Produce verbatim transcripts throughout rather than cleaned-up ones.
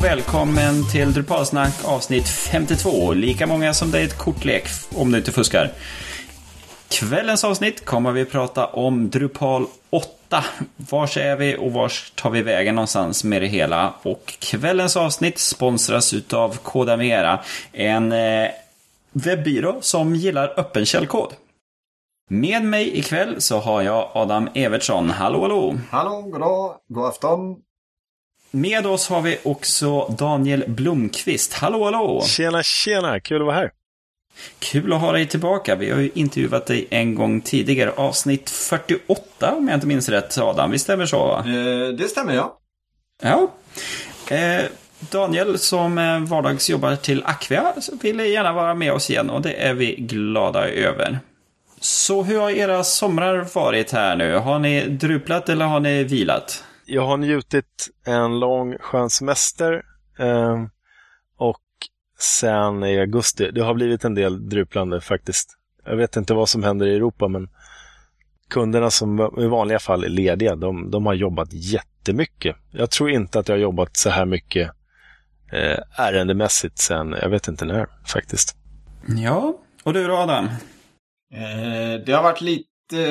och välkommen till Drupalsnack avsnitt femtiotvå. Lika många som det är ett kortlek om du inte fuskar. Kvällens avsnitt kommer vi prata om Drupal åtta. Vars är vi och vars tar vi vägen någonstans med det hela? Och kvällens avsnitt sponsras utav Kodamera, en eh, webbyrå som gillar öppen källkod. Med mig ikväll så har jag Adam Evertsson. Hallå, hallå! Hallå, goddag, god afton! Med oss har vi också Daniel Blomqvist. Hallå, hallå! Tjena, tjena! Kul att vara här. Kul att ha dig tillbaka. Vi har ju intervjuat dig en gång tidigare. Avsnitt fyrtioåtta, om jag inte minns rätt, Adam. Visst stämmer så, va? Eh, det stämmer, ja. Ja. Eh, Daniel, som vardagsjobbar till Acquia, vill gärna vara med oss igen. Och det är vi glada över. Så hur har era somrar varit här nu? Har ni druplat eller har ni vilat? Jag har njutit en lång skön semester eh, och sen i augusti. Det har blivit en del druplande faktiskt. Jag vet inte vad som händer i Europa, men kunderna som i vanliga fall är lediga, de, de har jobbat jättemycket. Jag tror inte att jag har jobbat så här mycket eh, ärendemässigt sen, jag vet inte när faktiskt. Ja, och du då, Adam? Eh, det har varit lite,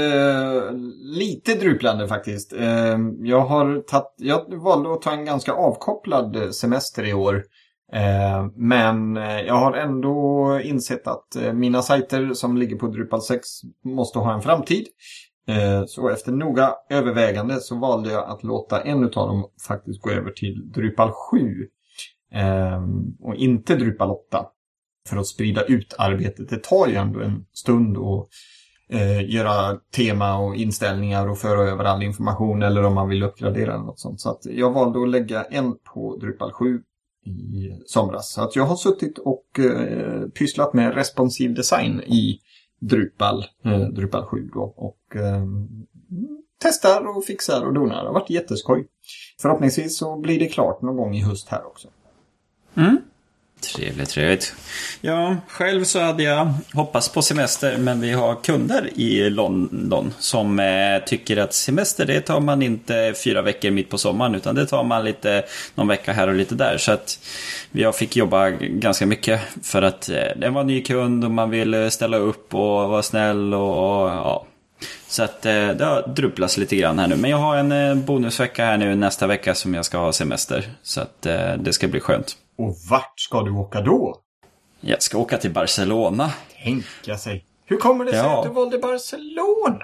lite druplande faktiskt. Eh, jag, har tatt, jag valde att ta en ganska avkopplad semester i år. Eh, men jag har ändå insett att mina sajter som ligger på Drupal sex måste ha en framtid. Eh, så efter noga övervägande så valde jag att låta en av dem faktiskt gå över till Drupal sju. Eh, och inte Drupal åtta. För att sprida ut arbetet. Det tar ju ändå en stund att eh, göra tema och inställningar och föra över all information, eller om man vill uppgradera något sånt. Så att jag valde att lägga en på Drupal sju i somras. Så att jag har suttit och eh, pysslat med responsiv design i Drupal, eh, Drupal sju då, och eh, testar och fixar och donar. Det har varit jätteskoj. Förhoppningsvis så blir det klart någon gång i höst här också. Mm. Trevligt, trevligt. Ja, själv så hade jag hoppats på semester, men vi har kunder i London som eh, tycker att semester, det tar man inte fyra veckor mitt på sommaren, utan det tar man lite någon vecka här och lite där. Så att jag fick jobba ganska mycket för att eh, det var en ny kund och man ville ställa upp och vara snäll och, och ja. Så att eh, det har drupplas lite grann här nu. Men jag har en eh, bonusvecka här nu nästa vecka som jag ska ha semester. Så att eh, det ska bli skönt. Och vart ska du åka då? Jag ska åka till Barcelona. Tänka sig. Hur kommer det sig ja. att du valde Barcelona?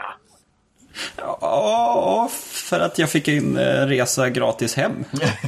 Ja, för att jag fick en resa gratis hem.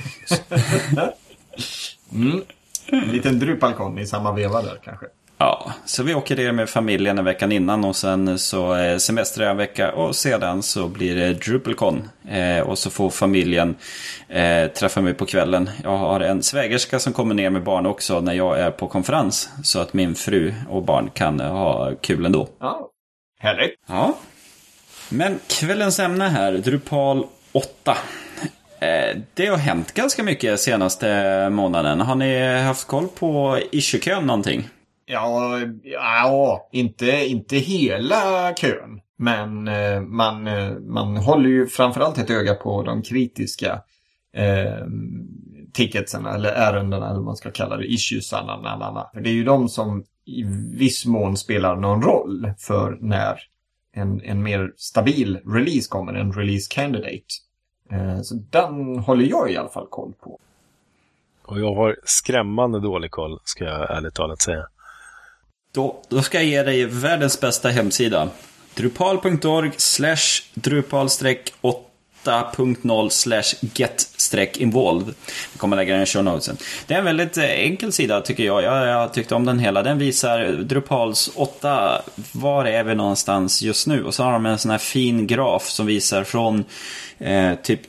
mm. En liten Drupalkon i samma veva där kanske. Ja, så vi åker det med familjen en veckan innan och sen så semester en vecka och sedan så blir det Drupalkon eh, och så får familjen eh, träffa mig på kvällen. Jag har en svägerska som kommer ner med barn också när jag är på konferens så att min fru och barn kan ha kul ändå. Ja, härligt. Ja, men kvällens ämne här, Drupal åtta. Eh, det har hänt ganska mycket senaste månaden. Har ni haft koll på issue-kön någonting? Ja, ja inte, inte hela kön. Men eh, man, eh, man håller ju framförallt ett öga på de kritiska eh, ticketsarna eller ärendena, eller vad man ska kalla det, issuesarna. För det är ju de som i viss mån spelar någon roll för när en, en mer stabil release kommer, en release candidate. Eh, så den håller jag i alla fall koll på. Och jag har skrämmande dålig koll, ska jag ärligt talat säga. Då, då ska jag ge dig världens bästa hemsida. Drupal punkt org slash drupal åtta punkt noll slash get involved. Jag kommer lägga den i show notesen. Det är en väldigt enkel sida tycker jag. Jag, jag tyckte om den hela. Den visar Drupals åtta. Var är vi någonstans just nu? Och så har de en sån här fin graf som visar från eh, typ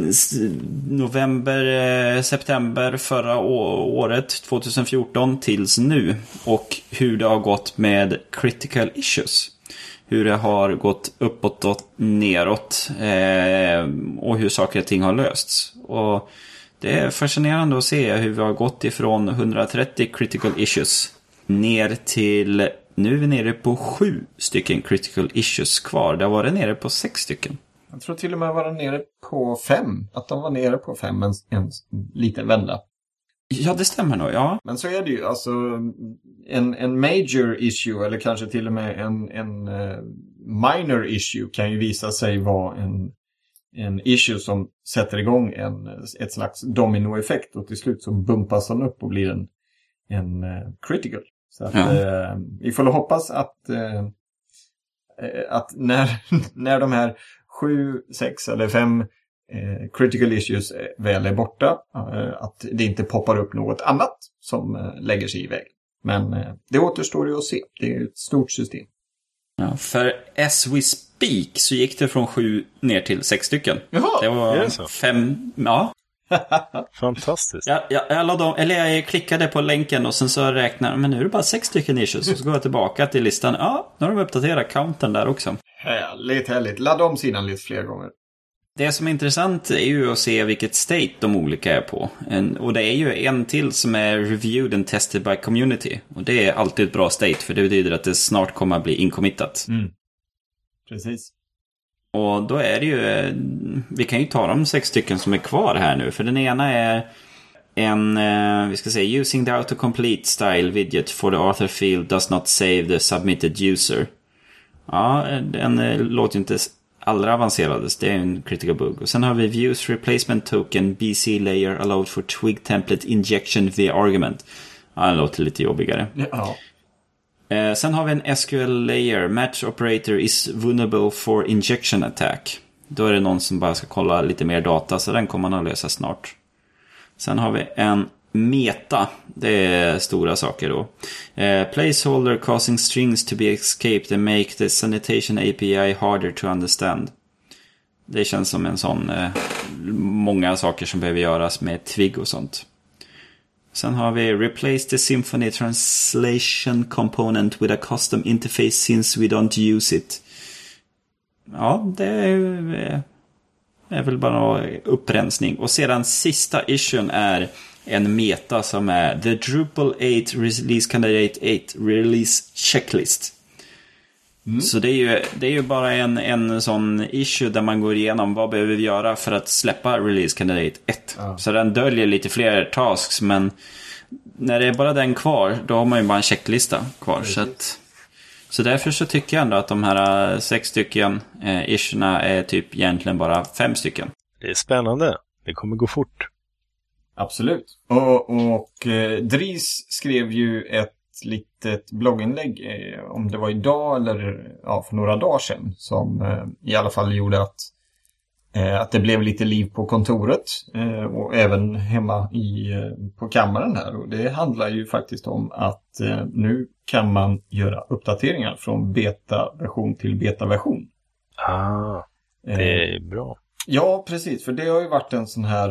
november, eh, september förra året, tjugohundrafjorton tills nu. Och hur det har gått med critical issues. Hur det har gått uppåt och neråt eh, och hur saker och ting har lösts. Och det är fascinerande att se hur vi har gått ifrån hundratrettio critical issues ner till, nu är vi nere på sju stycken critical issues kvar. Det har varit nere på sex stycken. Jag tror till och med var nere på fem. Att de var nere på fem en, en liten vända. Ja, det stämmer nog, ja. Men så är det ju, alltså en, en major issue eller kanske till och med en, en uh, minor issue kan ju visa sig vara en, en issue som sätter igång en, ett slags dominoeffekt och till slut så bumpas den upp och blir en, en uh, critical. Så att ja. uh, vi får hoppas att, uh, att när, när de här sju, sex eller fem Eh, critical issues väl är borta, eh, att det inte poppar upp något annat som eh, lägger sig i vägen. Men eh, det återstår ju att se. Det är ett stort system. Ja, för as we speak så gick det från sju ner till sex stycken. Jaha, det var är det så? fem, ja. Fantastiskt. Ja, jag, jag, la dem, eller jag klickade på länken och sen så räknar men nu är det bara sex stycken issues. Och så går jag tillbaka till listan. Ja, nu har de uppdaterat counten där också. Härligt, härligt. Ladda om sidan lite fler gånger. Det som är intressant är ju att se vilket state de olika är på. En, och det är ju en till som är reviewed and tested by community. Och det är alltid ett bra state för det betyder att det snart kommer att bli incommittat. Mm. Precis. Och då är det ju, vi kan ju ta de sex stycken som är kvar här nu. För den ena är en, vi ska säga, using the autocomplete style widget for the author field does not save the submitted user. Ja, den låter inte allra avancerades, det är en critical bug. Och sen har vi views replacement token B C layer allowed for twig template injection via argument. Ja, det låter lite jobbigare. Ja. Eh, sen har vi en S Q L layer. Match operator is vulnerable for injection attack. Då är det någon som bara ska kolla lite mer data, så den kommer man att lösa snart. Sen har vi en meta. Det är stora saker då. Eh, placeholder causing strings to be escaped and make the sanitation A P I harder to understand. Det känns som en sån eh, många saker som behöver göras med twig och sånt. Sen har vi replace the Symfony translation component with a custom interface since we don't use it. Ja, det är, är väl bara upprensning. Och sedan sista issuen är en meta som är The Drupal åtta Release Candidate åtta Release Checklist. Mm. Så det är ju, det är ju bara en, en sån issue där man går igenom vad behöver vi göra för att släppa Release Candidate ett. Ja. Så den döljer lite fler tasks, men när det är bara den kvar, då har man ju bara en checklista kvar. Så, att, så därför så tycker jag ändå att de här sex stycken eh, issuerna är typ egentligen bara fem stycken. Det är spännande. Det kommer gå fort. Absolut. Och, och eh, Dries skrev ju ett litet blogginlägg, eh, om det var idag eller ja, för några dagar sedan, som eh, i alla fall gjorde att, eh, att det blev lite liv på kontoret eh, och även hemma i, eh, på kammaren här. Och det handlar ju faktiskt om att eh, nu kan man göra uppdateringar från beta-version till beta-version. Ah, det är bra. Eh, ja, precis. För det har ju varit en sån här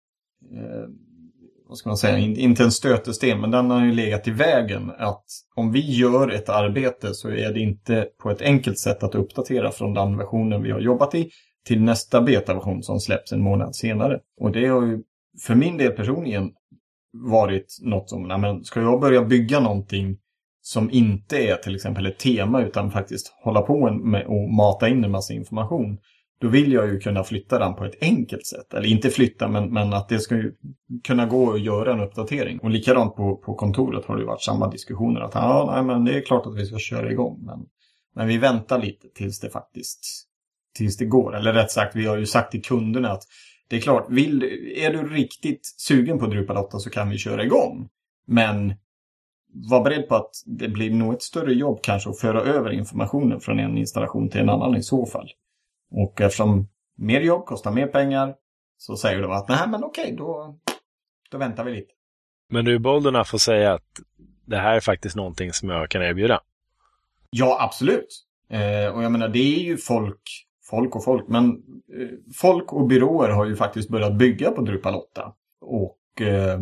eh, vad ska man säga, inte en stötesten, men den har ju legat i vägen att om vi gör ett arbete så är det inte på ett enkelt sätt att uppdatera från den versionen vi har jobbat i till nästa beta-version som släpps en månad senare. Och det har ju för min del personligen varit något som, nej men ska jag börja bygga någonting som inte är till exempel ett tema utan faktiskt hålla på med och mata in en massa information, då vill jag ju kunna flytta den på ett enkelt sätt. Eller inte flytta, men, men att det ska ju kunna gå att göra en uppdatering. Och likadant på, på kontoret har det ju varit samma diskussioner. Att ja, nej, men det är klart att vi ska köra igång. Men, men vi väntar lite tills det faktiskt tills det går. Eller rätt sagt, vi har ju sagt till kunderna att det är klart, vill, är du riktigt sugen på Drupal åtta så kan vi köra igång. Men var beredd på att det blir nog ett större jobb kanske att föra över informationen från en installation till en annan i så fall. Och eftersom mer jobb kostar mer pengar så säger de att nej men okej, då, då väntar vi lite. Men du är bold enough att säga att det här är faktiskt någonting som jag kan erbjuda. Ja, absolut. Eh, och jag menar, det är ju folk, folk och folk. Men eh, folk och byråer har ju faktiskt börjat bygga på Drupal åtta. Och eh,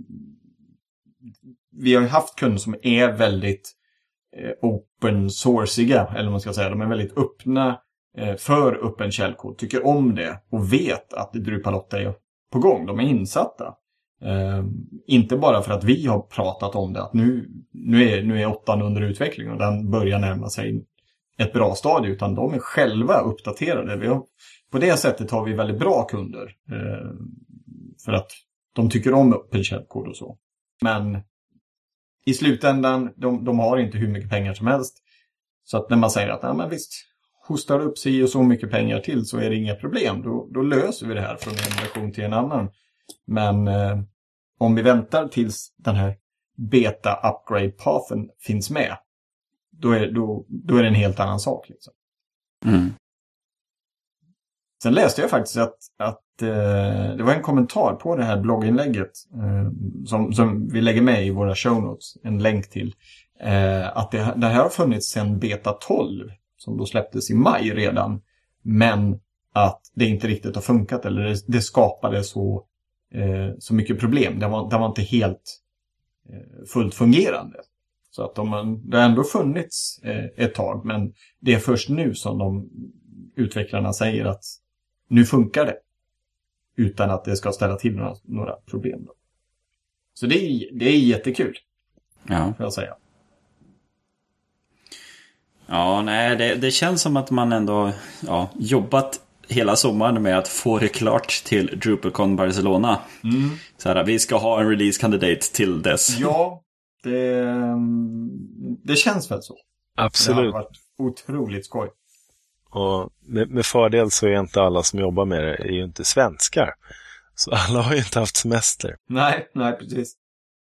vi har ju haft kunder som är väldigt eh, open sourciga, eller vad man ska säga. De är väldigt öppna för öppen källkod, tycker om det och vet att Drupal åtta är på gång. De är insatta. Eh, inte bara för att vi har pratat om det, att nu, nu, är, nu är åttan under utveckling och den börjar närma sig ett bra stadie, utan de är själva uppdaterade. Vi har, på det sättet har vi väldigt bra kunder. Eh, för att de tycker om öppen källkod och så. Men i slutändan, de, de har inte hur mycket pengar som helst. Så att när man säger att ja, men visst, hostar upp sig och så mycket pengar till så är det inga problem. Då, då löser vi det här från en version till en annan. Men eh, om vi väntar tills den här beta-upgrade-pathen finns med, då är, då, då är det en helt annan sak. Liksom. Mm. Sen läste jag faktiskt att, att eh, det var en kommentar på det här blogginlägget eh, som, som vi lägger med i våra show notes, en länk till. Eh, att det, det här har funnits sedan beta tolv som då släpptes i maj redan, men att det inte riktigt har funkat eller det, det skapade så, eh, så mycket problem. Det var, det var inte helt eh, fullt fungerande. Så att de, det har ändå funnits eh, ett tag, men det är först nu som de utvecklarna säger att nu funkar det utan att det ska ställa till några, några problem. Då. Så det är, det är jättekul, ja. Får jag säga. Ja, nej, det, det känns som att man ändå ja, jobbat hela sommaren med att få det klart till DrupalCon Barcelona. Mm. Så här, vi ska ha en release candidate till dess. Ja, det, det känns väl så. Absolut. Det har varit otroligt skoj. Och med, med fördel så är inte alla som jobbar med det är ju inte svenskar. Så alla har ju inte haft semester. Nej, nej precis.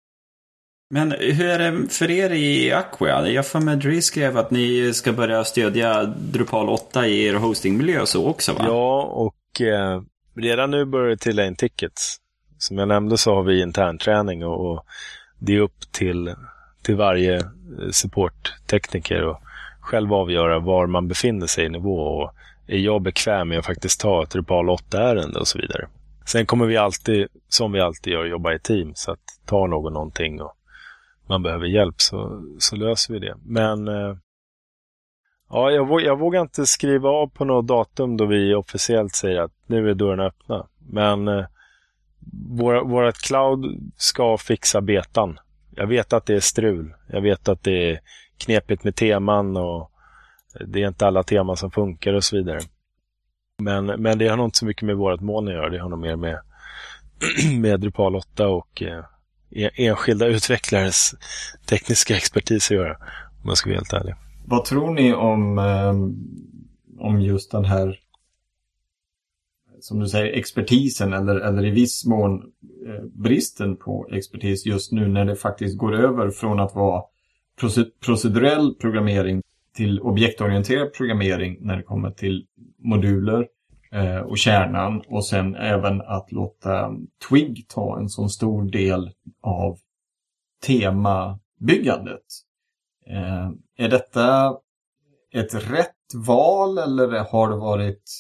Men hur är det för er i Acquia? Jag får med Dre skrev att ni ska börja stödja Drupal åtta i er hostingmiljö så också, va? Ja, och eh, redan nu börjar det trilla in tickets. Som jag nämnde så har vi internträning och, och det är upp till, till varje supporttekniker och själv avgöra var man befinner sig i nivå och är jag bekväm med att faktiskt ta ett Drupal åtta-ärende och så vidare. Sen kommer vi alltid, som vi alltid gör, jobba i team, så att tar någon någonting och man behöver hjälp så, så löser vi det. Men eh, ja, jag, våg, jag vågar inte skriva av på något datum då vi officiellt säger att nu är dörren öppna. Men eh, vår, vårt cloud ska fixa betan. Jag vet att det är strul. Jag vet att det är knepigt med teman och det är inte alla teman som funkar och så vidare. Men, men det har nog inte så mycket med vårt moln att göra. Det har nog mer med, med Drupal åtta och eh, enskilda utvecklares tekniska expertis att göra, om man ska vara helt ärlig. Vad tror ni om, eh, om just den här, som du säger, expertisen eller, eller i viss mån eh, bristen på expertis just nu när det faktiskt går över från att vara procedurell programmering till objektorienterad programmering när det kommer till moduler eh, och kärnan och sen även att låta Twig ta en sån stor del av temabyggandet. Eh, är detta ett rätt val eller har det varit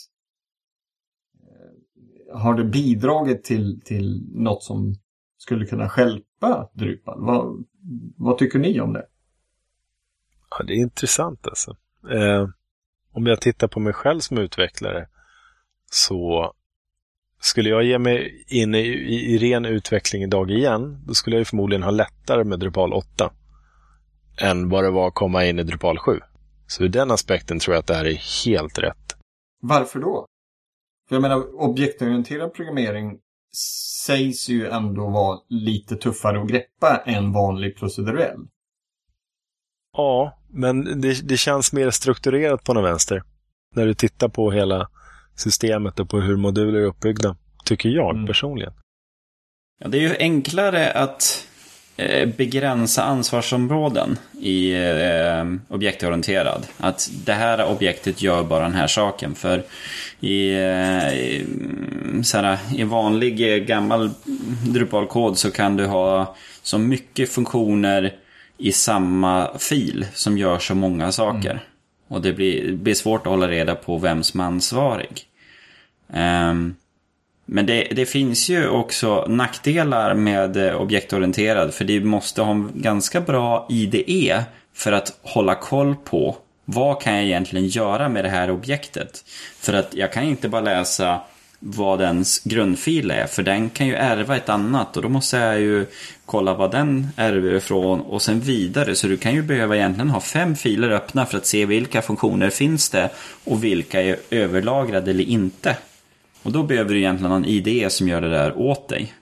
eh, har det bidragit till, till något som skulle kunna stjälpa Drupal? Vad, vad tycker ni om det? Ja, det är intressant alltså. Eh, om jag tittar på mig själv som utvecklare så skulle jag ge mig in i, i, i ren utveckling idag igen, då skulle jag förmodligen ha lättare med Drupal åtta än vad det var att komma in i Drupal sju. Så ur den aspekten tror jag att det här är helt rätt. Varför då? För jag menar, objektorienterad programmering sägs ju ändå vara lite tuffare att greppa än vanlig procedurell. Ja, men det, det känns mer strukturerat på någon vänster. När du tittar på hela systemet och på hur moduler är uppbyggda, tycker jag mm. personligen. Ja, det är ju enklare att eh, begränsa ansvarsområden i eh, objektorienterad. Att det här objektet gör bara den här saken. För i, eh, i, såhär, i vanlig eh, gammal Drupal-kod så kan du ha så mycket funktioner i samma fil som gör så många saker. Mm. Och det blir, blir svårt att hålla reda på vem som är ansvarig. Um, men det, det finns ju också nackdelar med objektorienterad. För det måste ha en ganska bra I D E för att hålla koll på vad kan jag egentligen göra med det här objektet. För att jag kan inte bara läsa vad dens grundfil är, för den kan ju ärva ett annat och då måste jag ju kolla vad den ärver ifrån och sen vidare, så du kan ju behöva egentligen ha fem filer öppna för att se vilka funktioner finns det och vilka är överlagrade eller inte, och då behöver du egentligen ha en I D E som gör det där åt dig.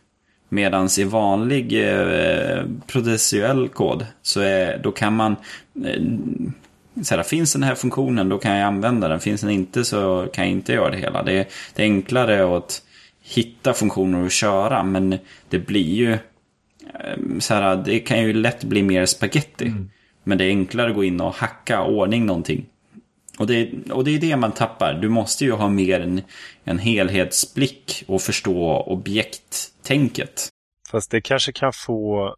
Medan i vanlig eh, processuell kod så är, då kan man eh, så här, finns den här funktionen då kan jag använda den, finns den inte så kan jag inte göra det hela. Det är, det är enklare att hitta funktioner och köra, men det blir ju eh, så här, det kan ju lätt bli mer spaghetti. Mm. Men det är enklare att gå in och hacka ordning någonting. Och det, och det är det man tappar. Du måste ju ha mer en, en helhetsblick och förstå objekttänket. Fast det kanske kan få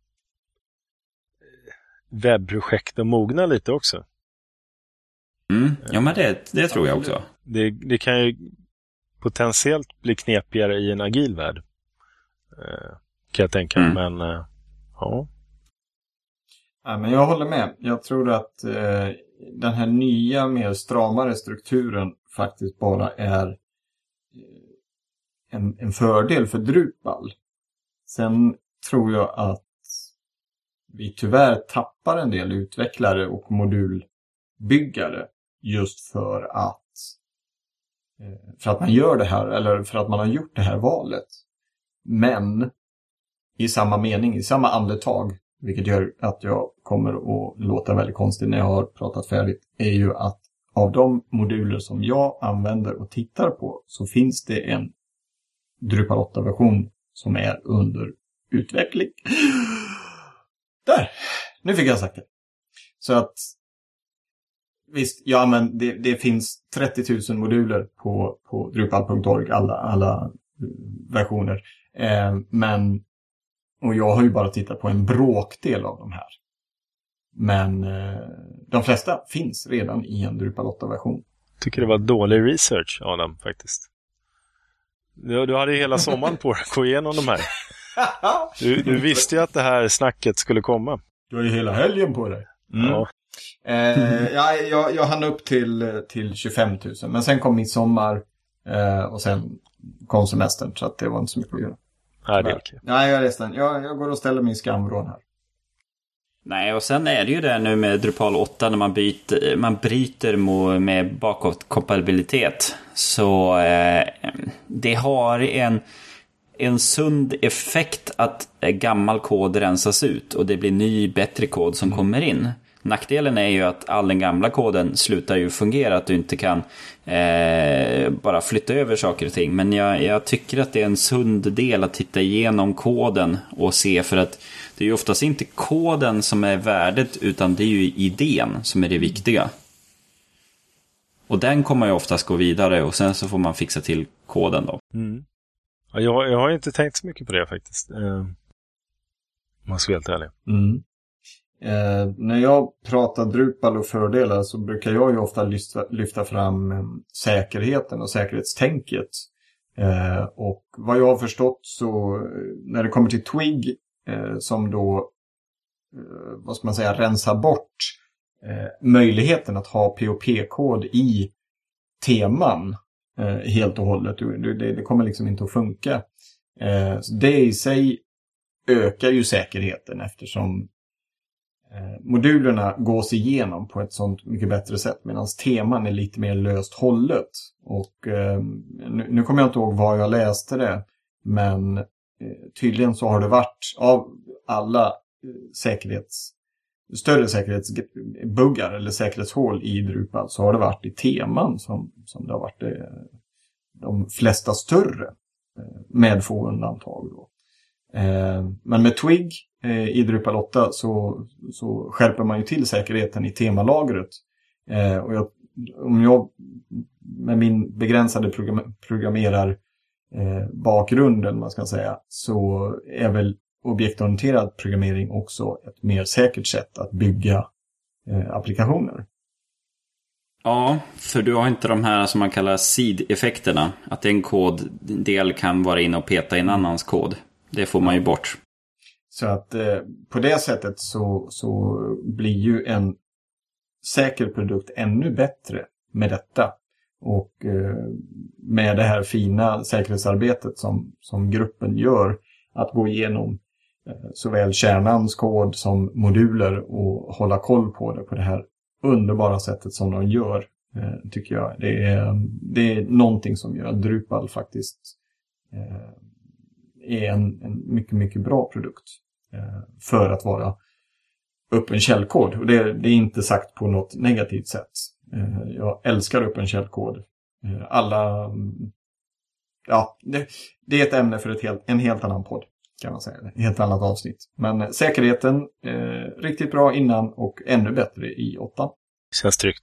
webbprojekt att mogna lite också. Mm. Ja, men det, det tror jag också. Det, det kan ju potentiellt bli knepigare i en agil värld. Eh, kan jag tänka. Mm. Men eh, ja. Ja, men jag håller med. Jag tror att eh, den här nya, mer stramare strukturen faktiskt bara är en, en fördel för Drupal. Sen tror jag att vi tyvärr tappar en del utvecklare och modulbyggare just för att för att man gör det här, eller för att man har gjort det här valet. Men i samma mening, i samma andetag, vilket gör att jag kommer att låta väldigt konstigt när jag har pratat färdigt, är ju att av de moduler som jag använder och tittar på så finns det en Drupal åtta-version som är under utveckling. Där! Nu fick jag sagt det. Så att visst, ja, men det, det finns trettio tusen moduler på, på drupal punkt org, alla, alla versioner. Eh, men, och jag har ju bara tittat på en bråkdel av de här. Men eh, de flesta finns redan i en Drupal åtta-version. Tycker det var dålig research, Adam, faktiskt. Du, du hade hela sommaren på dig att gå igenom de här. Du, du visste ju att det här snacket skulle komma. Du har ju hela helgen på dig. Mm. Ja. Eh, ja, jag, jag hann upp till, till tjugofem tusen. Men sen kom midsommar eh, och sen kom semestern. Så att det var inte så mycket att göra. Nej, det är okej. Nej, jag är resten. Jag, jag går och ställer min skamvrån här. Nej, och sen är det ju det nu med Drupal åtta när man, byter, man bryter med bakåtkompatibilitet. Så eh, det har en, en sund effekt att gammal kod rensas ut och det blir ny, bättre kod som mm. kommer in. Nackdelen är ju att all den gamla koden slutar ju fungera, att du inte kan eh, bara flytta över saker och ting. Men jag, jag tycker att det är en sund del att titta igenom koden och se, för att det är ju oftast inte koden som är värdet utan det är ju idén som är det viktiga. Och den kommer ju oftast gå vidare och sen så får man fixa till koden då. Mm. Ja, jag, jag har inte tänkt så mycket på det faktiskt. Eh, man ska vara helt ärlig. Mm. Eh, när jag pratar Drupal och fördelar så brukar jag ju ofta lyfta, lyfta fram eh, säkerheten och säkerhetstänket. Eh, och vad jag har förstått så eh, när det kommer till Twig eh, som då eh, vad ska man säga, rensar bort eh, möjligheten att ha P O P-kod i teman eh, helt och hållet. Det, det, det kommer liksom inte att funka. Eh, så det i sig ökar ju säkerheten eftersom modulerna gås igenom på ett sånt mycket bättre sätt medan teman är lite mer löst hållet. Och eh, nu, nu kommer jag inte ihåg var jag läste det, men eh, tydligen så har det varit av alla eh, säkerhets större säkerhetsbuggar eller säkerhetshål i Drupal så har det varit i teman som, som det har varit eh, de flesta större eh, med få undantag då. Eh, men med Twig eh, i Drupal åtta så, så skärper man ju till säkerheten i temalagret. Eh, och jag, om jag med min begränsade program, programmerar eh, bakgrunden, man ska säga, så är väl objektorienterad programmering också ett mer säkert sätt att bygga eh, applikationer. Ja, för du har inte de här som man kallar seed-effekterna. Att en koddel kan vara inne och peta i en annans kod. Det får man ju bort. Så att eh, på det sättet så, så blir ju en säker produkt ännu bättre med detta. Och eh, med det här fina säkerhetsarbetet som, som gruppen gör, att gå igenom eh, såväl kärnans kod som moduler och hålla koll på det på det här underbara sättet som de gör, eh, tycker jag. Det är, det är någonting som gör att Drupal faktiskt eh, är en, en mycket, mycket bra produkt eh, för att vara öppen källkod. Och det, det är inte sagt på något negativt sätt. Eh, jag älskar öppen källkod. Eh, alla... Ja, det, det är ett ämne för ett helt, en helt annan podd, kan man säga. Ett helt annat avsnitt. Men eh, säkerheten eh, riktigt bra innan och ännu bättre i åttan. Känns tryggt.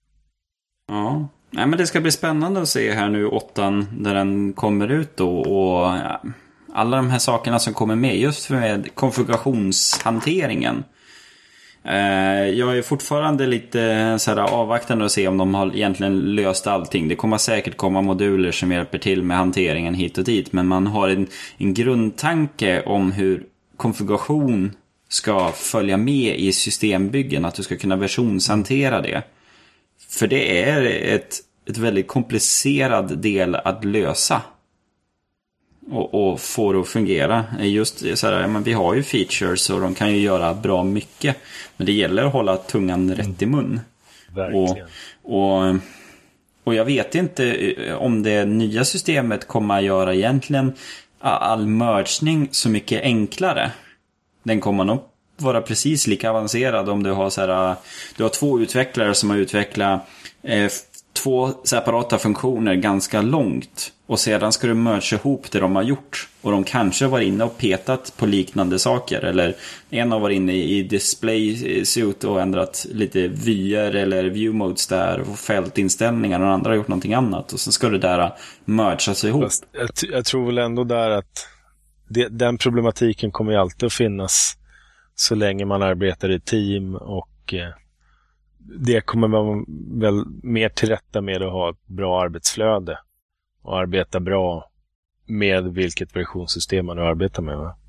Ja, nej, men det ska bli spännande att se här nu åttan när den kommer ut då, och ja, alla de här sakerna som kommer med just för med konfigurationshanteringen. Eh, jag är fortfarande lite så här avvaktande att se om de har egentligen löst allting. Det kommer säkert komma moduler som hjälper till med hanteringen hit och dit, men man har en, en grundtanke om hur konfiguration ska följa med i systembyggen, att du ska kunna versionshantera det. För det är ett, ett väldigt komplicerad del att lösa och, och få det att fungera. Just så här, men vi har ju features och de kan ju göra bra mycket, men det gäller att hålla tungan rätt i mun. Verkligen. Och, och, och jag vet inte om det nya systemet kommer att göra egentligen all mergning så mycket enklare. Den kommer nog vara precis lika avancerad om du har så här, du har två utvecklare som har utvecklat eh, två separata funktioner ganska långt, och sedan ska du merge ihop det de har gjort, och de kanske var inne och petat på liknande saker, eller en har varit inne i display suite och ändrat lite vyer eller view modes där och fältinställningar, och den andra har gjort någonting annat, och så ska det där mergas ihop. Fast jag, jag tror väl ändå där att det, den problematiken kommer ju alltid att finnas så länge man arbetar i team, och eh, det kommer man väl mer till rätta med att ha ett bra arbetsflöde och arbeta bra med vilket versionssystem man arbetar med, va?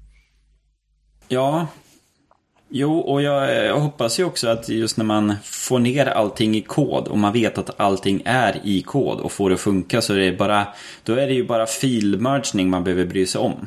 Ja, jo, och jag, jag hoppas ju också att just när man får ner allting i kod och man vet att allting är i kod och får det att funka, så är det bara, då är det ju bara filmergning man behöver bry sig om.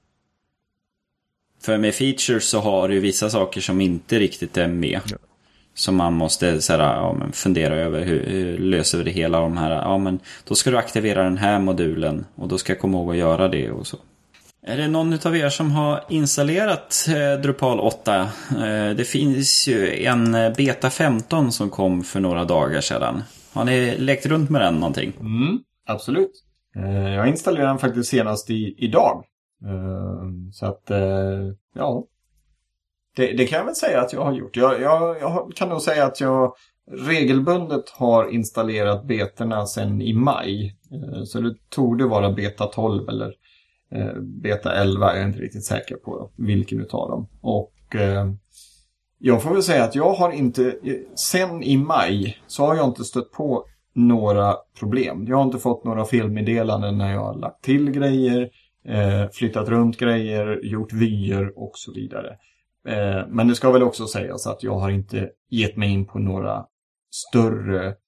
För med features så har du ju vissa saker som inte riktigt är med. Ja. Som man måste så här, ja, men fundera över hur, hur löser vi det hela de här. Ja, men då ska du aktivera den här modulen och då ska jag komma ihåg att göra det och så. Är det någon av er som har installerat eh, Drupal åtta? Eh, det finns ju en beta femton som kom för några dagar sedan. Har ni lekt runt med den någonting? Mm, absolut. Eh, jag installerade den faktiskt senast i, idag. Uh, så att, uh, ja, det, det kan jag väl säga att jag har gjort. Jag, jag, jag kan nog säga att jag regelbundet har installerat betorna sedan i maj. Uh, så det tog det vara beta tolv eller uh, beta elva, jag är inte riktigt säker på vilken utav dem. Och uh, jag får väl säga att jag har inte, sen i maj så har jag inte stött på några problem. Jag har inte fått några felmeddelanden när jag har lagt till grejer, Eh, flyttat runt grejer, gjort vyer och så vidare. Eh, men det ska väl också sägas att jag har inte gett mig in på några större eh,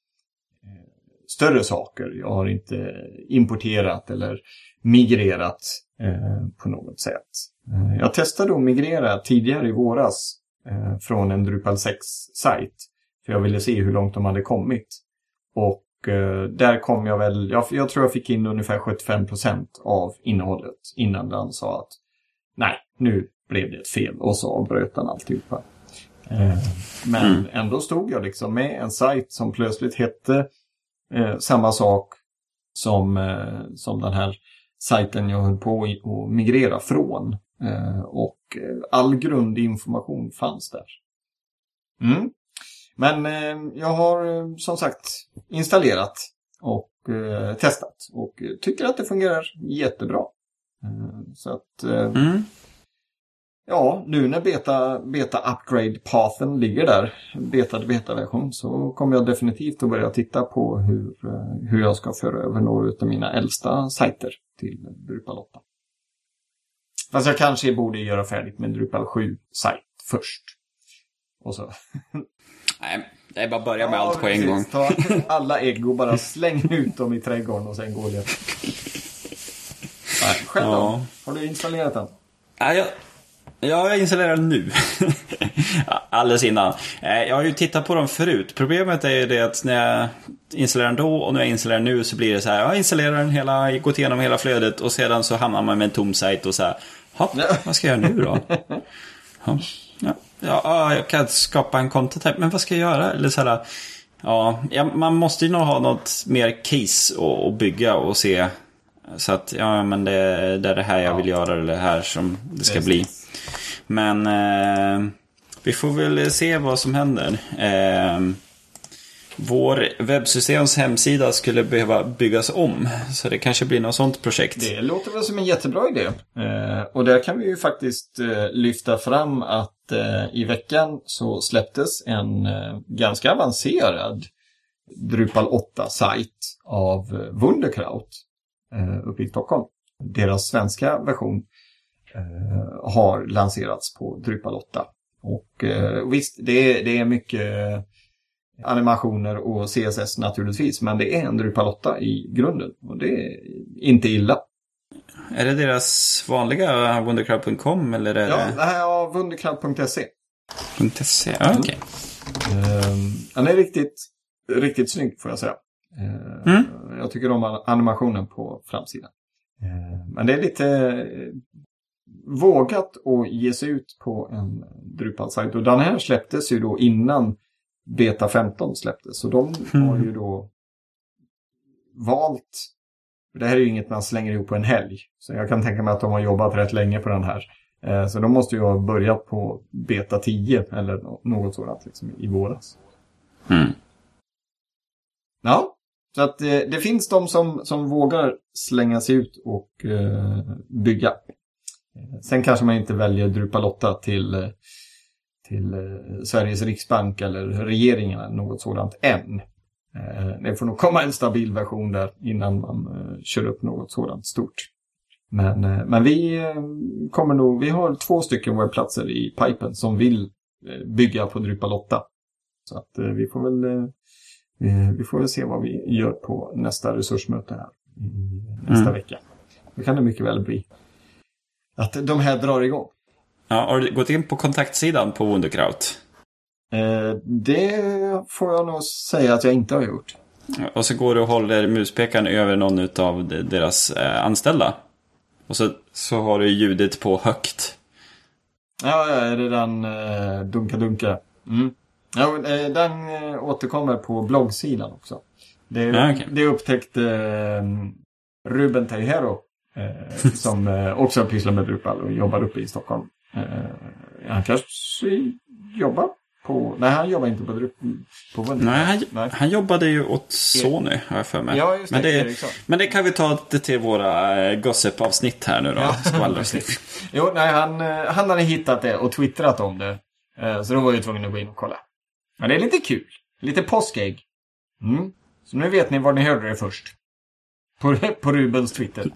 större saker. Jag har inte importerat eller migrerat eh, på något sätt. Eh, jag testade att migrera tidigare i våras eh, från en Drupal sex-sajt, för jag ville se hur långt de hade kommit. Och där kom jag väl, jag, jag tror jag fick in ungefär sjuttiofem procent av innehållet innan den sa att nej, nu blev det ett fel, och så avbröt den alltihopa. Eh, men mm. ändå stod jag liksom med en sajt som plötsligt hette eh, samma sak som, eh, som den här sajten jag höll på att migrera från. Eh, och all grundinformation fanns där. Mm. Men eh, jag har eh, som sagt installerat och eh, testat och eh, tycker att det fungerar jättebra. Eh, så att eh, mm. ja, nu när beta, beta upgrade pathen ligger där, beta beta version, så kommer jag definitivt att börja titta på hur, eh, hur jag ska föra över några av mina äldsta sajter till Drupal åtta. Fast jag kanske borde göra färdigt med Drupal sju-sajt först. Och så... Nej, det är bara att börja med ja, allt på precis. en gång. Ta alla ägg och bara släng ut dem i trädgården och sen går det. Nej, själv ja. då? Har du installerat den? Ja, jag, jag installerar den nu. Alldeles innan. Jag har ju tittat på dem förut. Problemet är ju det att när jag, installera den då och när jag installerar nu så blir det så här, jag installerar den hela, gått igenom hela flödet och sedan så hamnar man med en tom sajt och så här, hopp, vad ska jag göra nu då? Ja, ja, ja, jag kan skapa en kontotyp, men vad ska jag göra? Eller så här, ja, man måste ju nog ha något mer case att bygga och se så att, ja, men det, det är det här jag vill göra eller det här som det ska bli. Men eh, vi får väl se vad som händer. Eh, vår webbsystems hemsida skulle behöva byggas om. Så det kanske blir något sånt projekt. Det låter väl som en jättebra idé. Eh, och där kan vi ju faktiskt eh, lyfta fram att eh, i veckan så släpptes en eh, ganska avancerad Drupal åtta-sajt av Wunderkraut eh, uppe i Stockholm. Deras svenska version eh, har lanserats på Drupal åtta. Och eh, visst, det är, det är mycket animationer och C S S naturligtvis, men det är en Drupal åtta i grunden och det är inte illa. Är det deras vanliga wunderkraut punkt com eller är ja, det... Ja, wunderkraut punkt se. .se, ja, okej. Okay. Um, den är riktigt, riktigt snygg får jag säga. Uh, mm. Jag tycker om animationen på framsidan. Uh, men det är lite uh, vågat att ge sig ut på en Drupal-sajt. Och den här släpptes ju då innan Beta femton släpptes. Så de mm. har ju då valt... Det här är ju inget man slänger ihop på en helg. Så jag kan tänka mig att de har jobbat rätt länge på den här. Uh, så de måste ju ha börjat på Beta tio eller något sådant liksom, i våras. Mm. Ja, så att eh, det finns de som, som vågar slänga sig ut och eh, bygga. Sen kanske man inte väljer Drupal åtta till, till eh, Sveriges Riksbank eller regeringen eller något sådant än. Eh, det får nog komma en stabil version där innan man eh, kör upp något sådant stort. Men, eh, men vi eh, kommer nog, vi har två stycken webbplatser i pipen som vill eh, bygga på Drupal åtta. Så att eh, vi får väl... Eh, Vi får väl se vad vi gör på nästa resursmöte här nästa mm. vecka. Då kan det mycket väl bli att de här drar igång. Ja, har du gått in på kontaktsidan på Wunderkraut? Eh, det får jag nog säga att jag inte har gjort. Och så går du och håller muspekaren över någon av deras eh, anställda. Och så, så har du ljudet på högt. Ja, är det den eh, dunka-dunka? Mm. Ja, den återkommer på bloggsidan också. Det, ja, okay. det upptäckte eh, Ruben Tejero eh, som eh, också har pysslat med Drupal och jobbar uppe i Stockholm. Eh, han kanske jobbar på... Nej, han jobbar inte på Drupal. På nej, han, Nej, han jobbade ju åt Sony, har jag för mig. Ja, just det, men, det, men det kan vi ta till våra eh, gossip-avsnitt här nu då. Ja. Jo, nej, han, han hade hittat det och twittrat om det. Eh, så då var jag tvungen att gå in och kolla. Ja, det är lite kul. Lite påskägg. Mm. Så nu vet ni var ni hörde det först. På, på Rubens Twitter.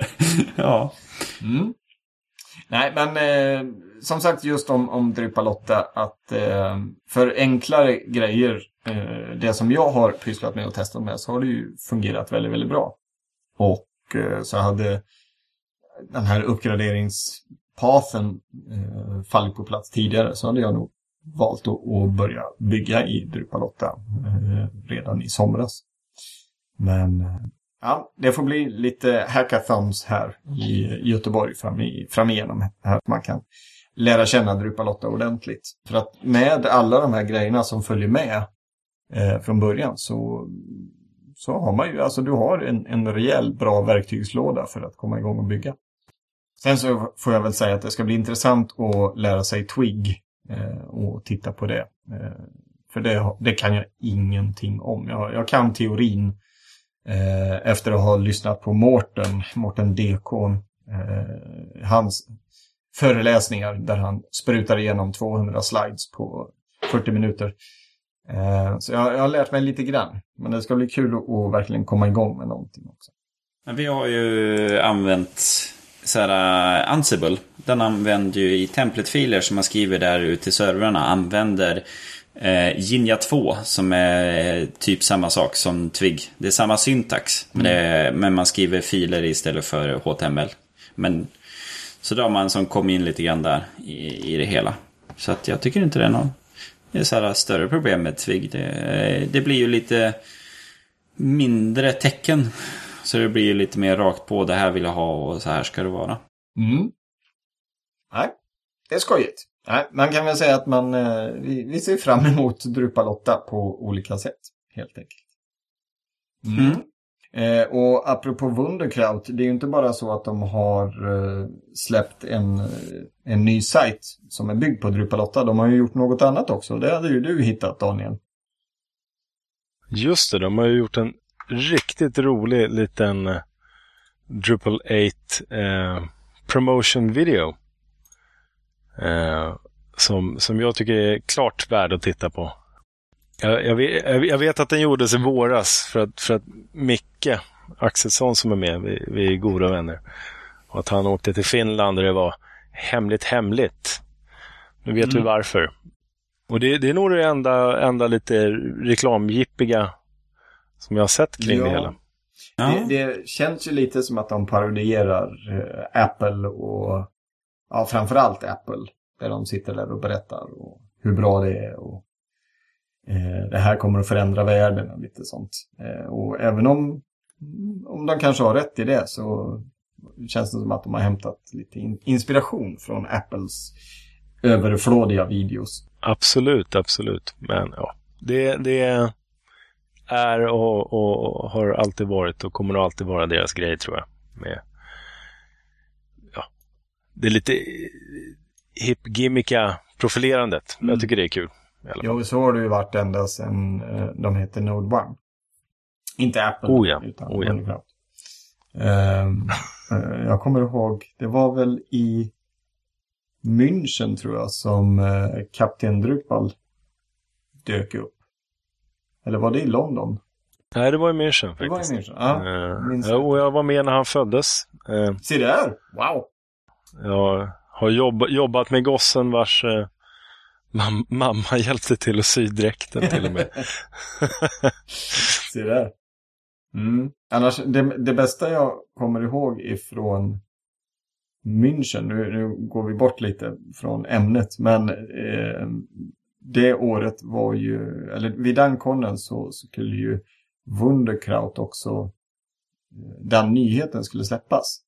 Ja. Mm. Nej, men eh, som sagt just om, om Drupal åtta att eh, för enklare grejer, eh, det som jag har pysslat med och testat med, så har det ju fungerat väldigt, väldigt bra. Och eh, så hade den här uppgraderingspathen eh, fallit på plats tidigare, så hade jag nog valt att, att börja bygga i Drupal åtta eh, redan i somras. Men eh, ja, det får bli lite hackathons här i Göteborg fram, i, fram igenom här. Man kan lära känna Drupal åtta ordentligt. För att med alla de här grejerna som följer med eh, från början så, så har man ju, alltså du har en, en rejäl bra verktygslåda för att komma igång och bygga. Sen så får jag väl säga att det ska bli intressant att lära sig Twig och titta på det. För det, det kan jag ingenting om. Jag, jag kan teorin eh, efter att ha lyssnat på Mårten, Mårten D K, eh, hans föreläsningar där han sprutar igenom tvåhundra slides på fyrtio minuter. Eh, så jag, jag har lärt mig lite grann. Men det ska bli kul att, att verkligen komma igång med någonting också. Men vi har ju använt så här, uh, Ansible. Den använder ju i templatefiler som man skriver där ute till servrarna. Använder uh, Jinja två som är typ samma sak som Twig. Det är samma syntax. Mm. Men, det, men man skriver filer istället för H T M L. Men så då har man som kom in lite grann där i, i det hela. Så att jag tycker inte det är någon det är så här större problem med Twig. Det, det blir ju lite mindre tecken. Så det blir lite mer rakt på det här vill jag ha och så här ska det vara. Mm. Nej, det är skojigt. Nej, man kan väl säga att man, eh, vi, vi ser fram emot Drupal åtta på olika sätt, helt enkelt. Mm. Mm. Eh, och apropå Wunderkraut, det är ju inte bara så att de har eh, släppt en, en ny sajt som är byggd på Drupal åtta. De har ju gjort något annat också. Det hade ju du hittat, Daniel. Just det, de har ju gjort en riktigt rolig liten uh, Drupal åtta uh, promotion video. Uh, som, som jag tycker är klart värd att titta på. Jag, jag, vet, jag vet att den gjordes i våras för att, för att Micke Axelsson som är med, vi, vi är goda vänner. Och att han åkte till Finland och det var hemligt hemligt. Nu vet mm. vi varför. Och det, det är nog det enda, enda lite reklamgippiga som jag har sett kring ja. det hela. Ja. Det, det känns ju lite som att de parodierar eh, Apple och ja, framförallt Apple. Där de sitter där och berättar och hur bra det är och eh, det här kommer att förändra världen och lite sånt. Eh, och även om, om de kanske har rätt i det så känns det som att de har hämtat lite in, inspiration från Apples överflådiga videos. Absolut, absolut. Men ja, det, det är och, och har alltid varit och kommer att alltid vara deras grej, tror jag. Med, ja, det är lite hip-gimmicka profilerandet. Mm. Jag tycker det är kul. Ja, så har det ju varit ända sedan de heter Node One. Inte Apple, oh ja. utan oh ja. Wunderkraut. Um, uh, jag kommer ihåg, det var väl i München tror jag som uh, Kapten Drupal dök upp. Eller var det i London? Nej, det var i München faktiskt. Det var i München, ja. Uh, och jag var med när han föddes. Uh, Se där, wow! Jag har jobb, jobbat med gossen vars uh, mam- mamma hjälpte till att sy dräkten till och med. Se där. Mm. Annars, det, det bästa jag kommer ihåg ifrån München, nu, nu går vi bort lite från ämnet, men eh, det året var ju, eller vid den konnen så, så skulle ju Wunderkraut också, den nyheten skulle släppas,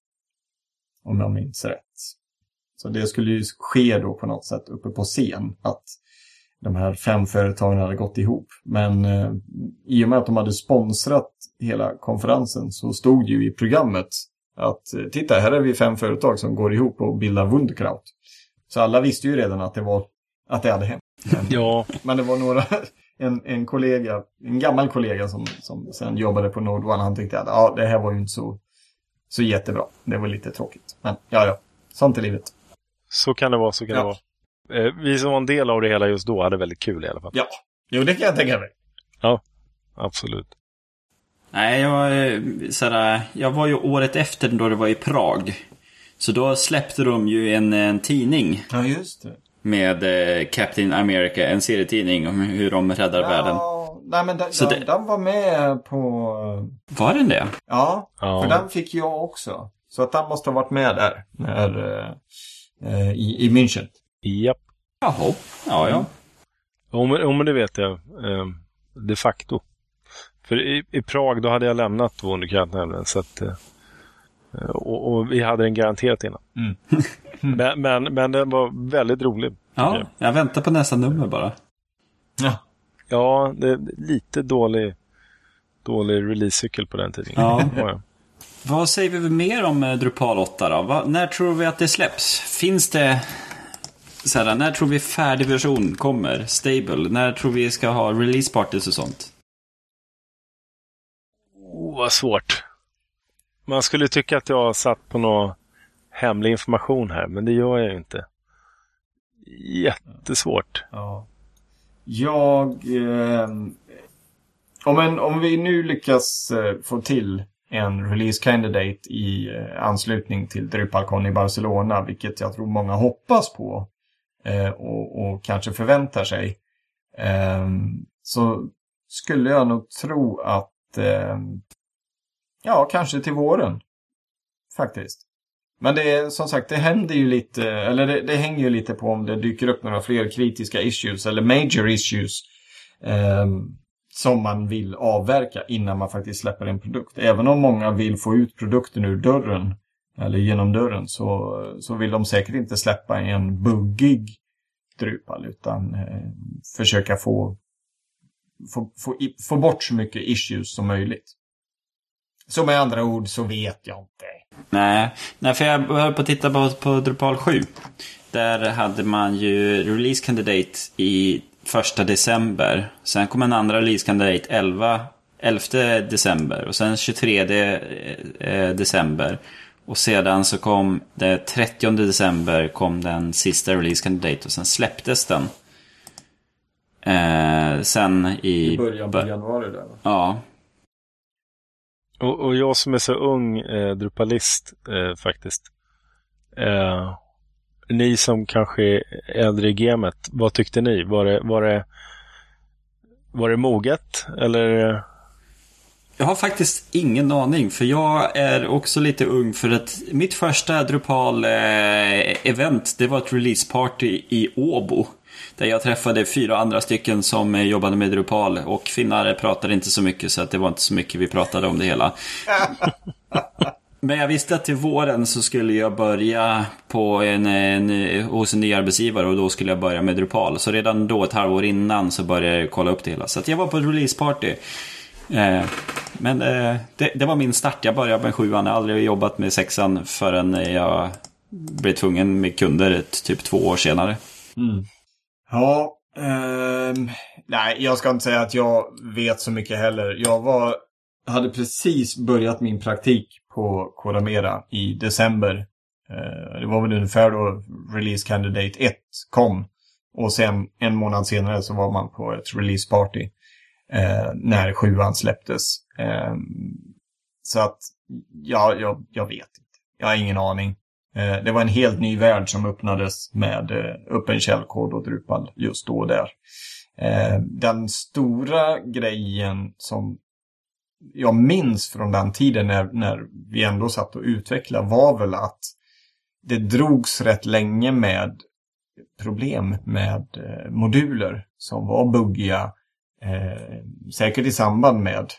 om jag minns rätt. Så det skulle ju ske då på något sätt uppe på scen, att de här fem företagen hade gått ihop. Men eh, i och med att de hade sponsrat hela konferensen så stod ju i programmet att titta, här är vi fem företag som går ihop och bildar Wunderkraut. Så alla visste ju redan att det var att det hade hänt. Men, ja. men det var några, en, en kollega, en gammal kollega som, som sen jobbade på Node One, han tyckte att ja, det här var ju inte så, så jättebra. Det var lite tråkigt. Men ja, ja, sånt är livet. Så kan det vara, så kan ja. det vara. Vi som var en del av det hela just då hade väldigt kul i alla fall. Ja, jo det kan jag tänka mig. Ja, absolut. Nej, jag, sådär, jag var ju året efter då det var i Prag. Så då släppte de ju en, en tidning. Ja, just det. Med eh, Captain America, en serietidning om hur de räddar ja, världen. Nej, men den, så den, det... den var med på... Var den det? Ja, ja, för den fick jag också. Så att den måste ha varit med där när, eh, i, i München. Japp. Jaha, ja, ja. Om, om det vet jag eh, de facto. För i, i Prag då hade jag lämnat Wunderkraut nämligen. Så att, eh, och, och vi hade den garanterat innan. Mm. men, men, men den var väldigt rolig. Ja, jag väntar på nästa nummer bara. Ja, ja det är lite dålig, dålig release-cykel på den tiden. Ja. ja. Vad säger vi mer om Drupal åtta då? Va, när tror vi att det släpps? Finns det... Såhär, när tror vi färdig version kommer? Stable? När tror vi ska ha release parties och sånt? Oh, vad svårt. Man skulle tycka att jag satt på någon hemlig information här, men det gör jag ju inte. Jättesvårt. Ja. Jag... Eh, om, en, om vi nu lyckas eh, få till en release candidate i eh, anslutning till DrupalCon i Barcelona, vilket jag tror många hoppas på eh, och, och kanske förväntar sig, eh, så skulle jag nog tro att eh, ja, kanske till våren faktiskt. Men det är som sagt, det händer ju lite, eller det, det hänger ju lite på om det dyker upp några fler kritiska issues eller major issues eh, som man vill avverka innan man faktiskt släpper en produkt. Även om många vill få ut produkten ur dörren eller genom dörren så, så vill de säkert inte släppa en buggig Drupal utan eh, försöka få, få, få, få bort så mycket issues som möjligt. Så med andra ord så vet jag inte. Nej, nej för jag höll på att titta på, på Drupal sju. Där hade man ju release candidate i första december. Sen kom en andra release candidate elfte december. Och sen tjugotredje december. Och sedan så kom det trettionde december kom den sista release candidate. Och sen släpptes den. Eh, sen i... I början på januari där. Ja. Och, och jag som är så ung eh, Drupalist eh, faktiskt. Eh, ni som kanske är äldre i gamet, vad tyckte ni? Var det, var det, var det moget? Eller... Jag har faktiskt ingen aning, för jag är också lite ung, för att mitt första Drupal-event, det var ett release-party i Åbo. Där jag träffade fyra andra stycken som jobbade med Drupal, och finnar pratade inte så mycket, så att det var inte så mycket vi pratade om det hela. Men jag visste att till våren så skulle jag börja på en, en, hos en ny arbetsgivare, och då skulle jag börja med Drupal. Så redan då, ett halvår innan, så började jag kolla upp det hela. Så att jag var på ett release-party. Eh, men eh, det, det var min start. Jag började med sjuan. Jag har aldrig jobbat med sexan förrän jag blev tvungen med kunder typ två år senare. Mm. Ja, eh, nej, jag ska inte säga att jag vet så mycket heller. Jag var, hade precis börjat min praktik på Kodamera i december. Eh, det var väl ungefär då Release Candidate ett kom. Och sen en månad senare så var man på ett release party eh, när sjuan släpptes. Eh, så att, ja, jag, jag vet inte. Jag har ingen aning. Det var en helt ny värld som öppnades med öppen källkod och Drupal just då och där. Den stora grejen som jag minns från den tiden när, när vi ändå satt och utvecklade var väl att det drogs rätt länge med problem med moduler som var buggiga. Säkert i samband med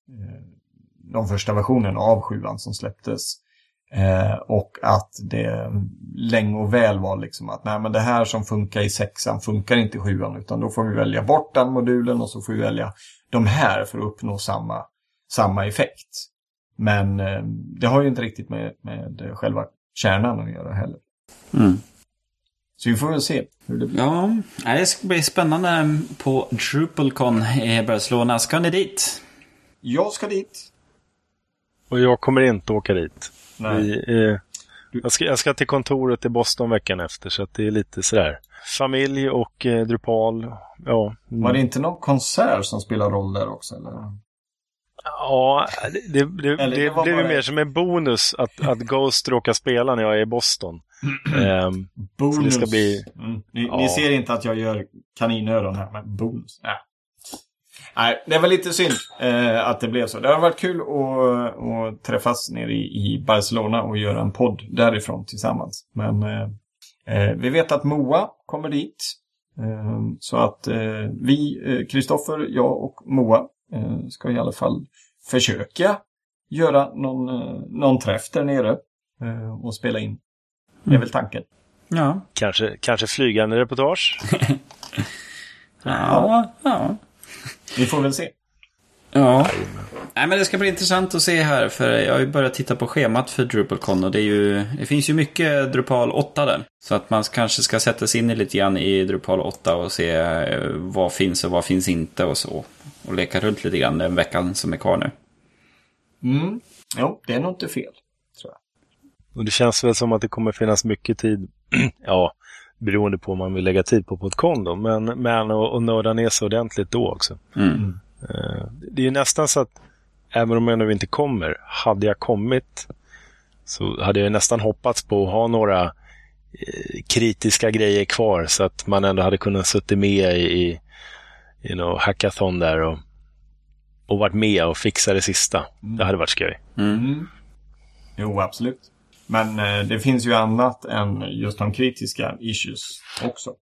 de första versionerna av sjuan som släpptes. Eh, och att det länge och väl var liksom att nej, men det här som funkar i sexan funkar inte i sjuan, utan då får vi välja bort den modulen och så får vi välja de här för att uppnå samma, samma effekt. Men eh, det har ju inte riktigt med, med själva kärnan att göra heller. Mm. Så vi får väl se hur det blir. Ja, det ska bli spännande på DrupalCon i Barcelona. Ska ni dit? Jag ska dit. Och jag kommer inte åka dit. Nej. Vi, eh, jag, ska, jag ska till kontoret i Boston veckan efter, så att det är lite sådär. Familj och eh, Drupal. Ja. Mm. Var det inte någon konsert som spelar roll där också? Eller? Ja, det, det, det, eller det, det blev bara... mer som en bonus att, att Ghost råkar spela när jag är i Boston. um, bonus. Så det ska bli... Mm. Ni, ja. ni ser inte att jag gör kaninöron här, men bonus. Ja. Nej, det var lite synd eh, att det blev så. Det har varit kul att, att träffas nere i, i Barcelona och göra en podd därifrån tillsammans. Men eh, vi vet att Moa kommer dit. Eh, så att eh, vi, Kristoffer, jag och Moa eh, ska i alla fall försöka göra någon, eh, någon träff där nere eh, och spela in. Det är väl tanken. Ja. Kanske, kanske flygande reportage. Ja, ja. Vi får väl se. Ja. Nej, men det ska bli intressant att se här, för jag har ju börjat titta på schemat för DrupalCon, och det är ju, det finns ju mycket Drupal åtta där. Så att man kanske ska sätta sig in i lite grann i Drupal åtta och se vad finns och vad finns inte och så. Och leka runt lite grann den veckan som är kvar nu. Mm. Jo, det är nog inte fel, tror jag. Och det känns väl som att det kommer finnas mycket tid. Ja, beroende på om man vill lägga tid på på ett kon då. Men, men och, och nörda ner sig ordentligt då också. Mm. Uh, det är ju nästan så att även om jag nu inte kommer, hade jag kommit så hade jag nästan hoppats på att ha några eh, kritiska grejer kvar, så att man ändå hade kunnat sitta med i, i you know, hackathon där och, och varit med och fixa det sista. Mm. Det hade varit skoj. Mm. Mm. Jo, absolut. Men eh, det finns ju annat än just de kritiska issues också.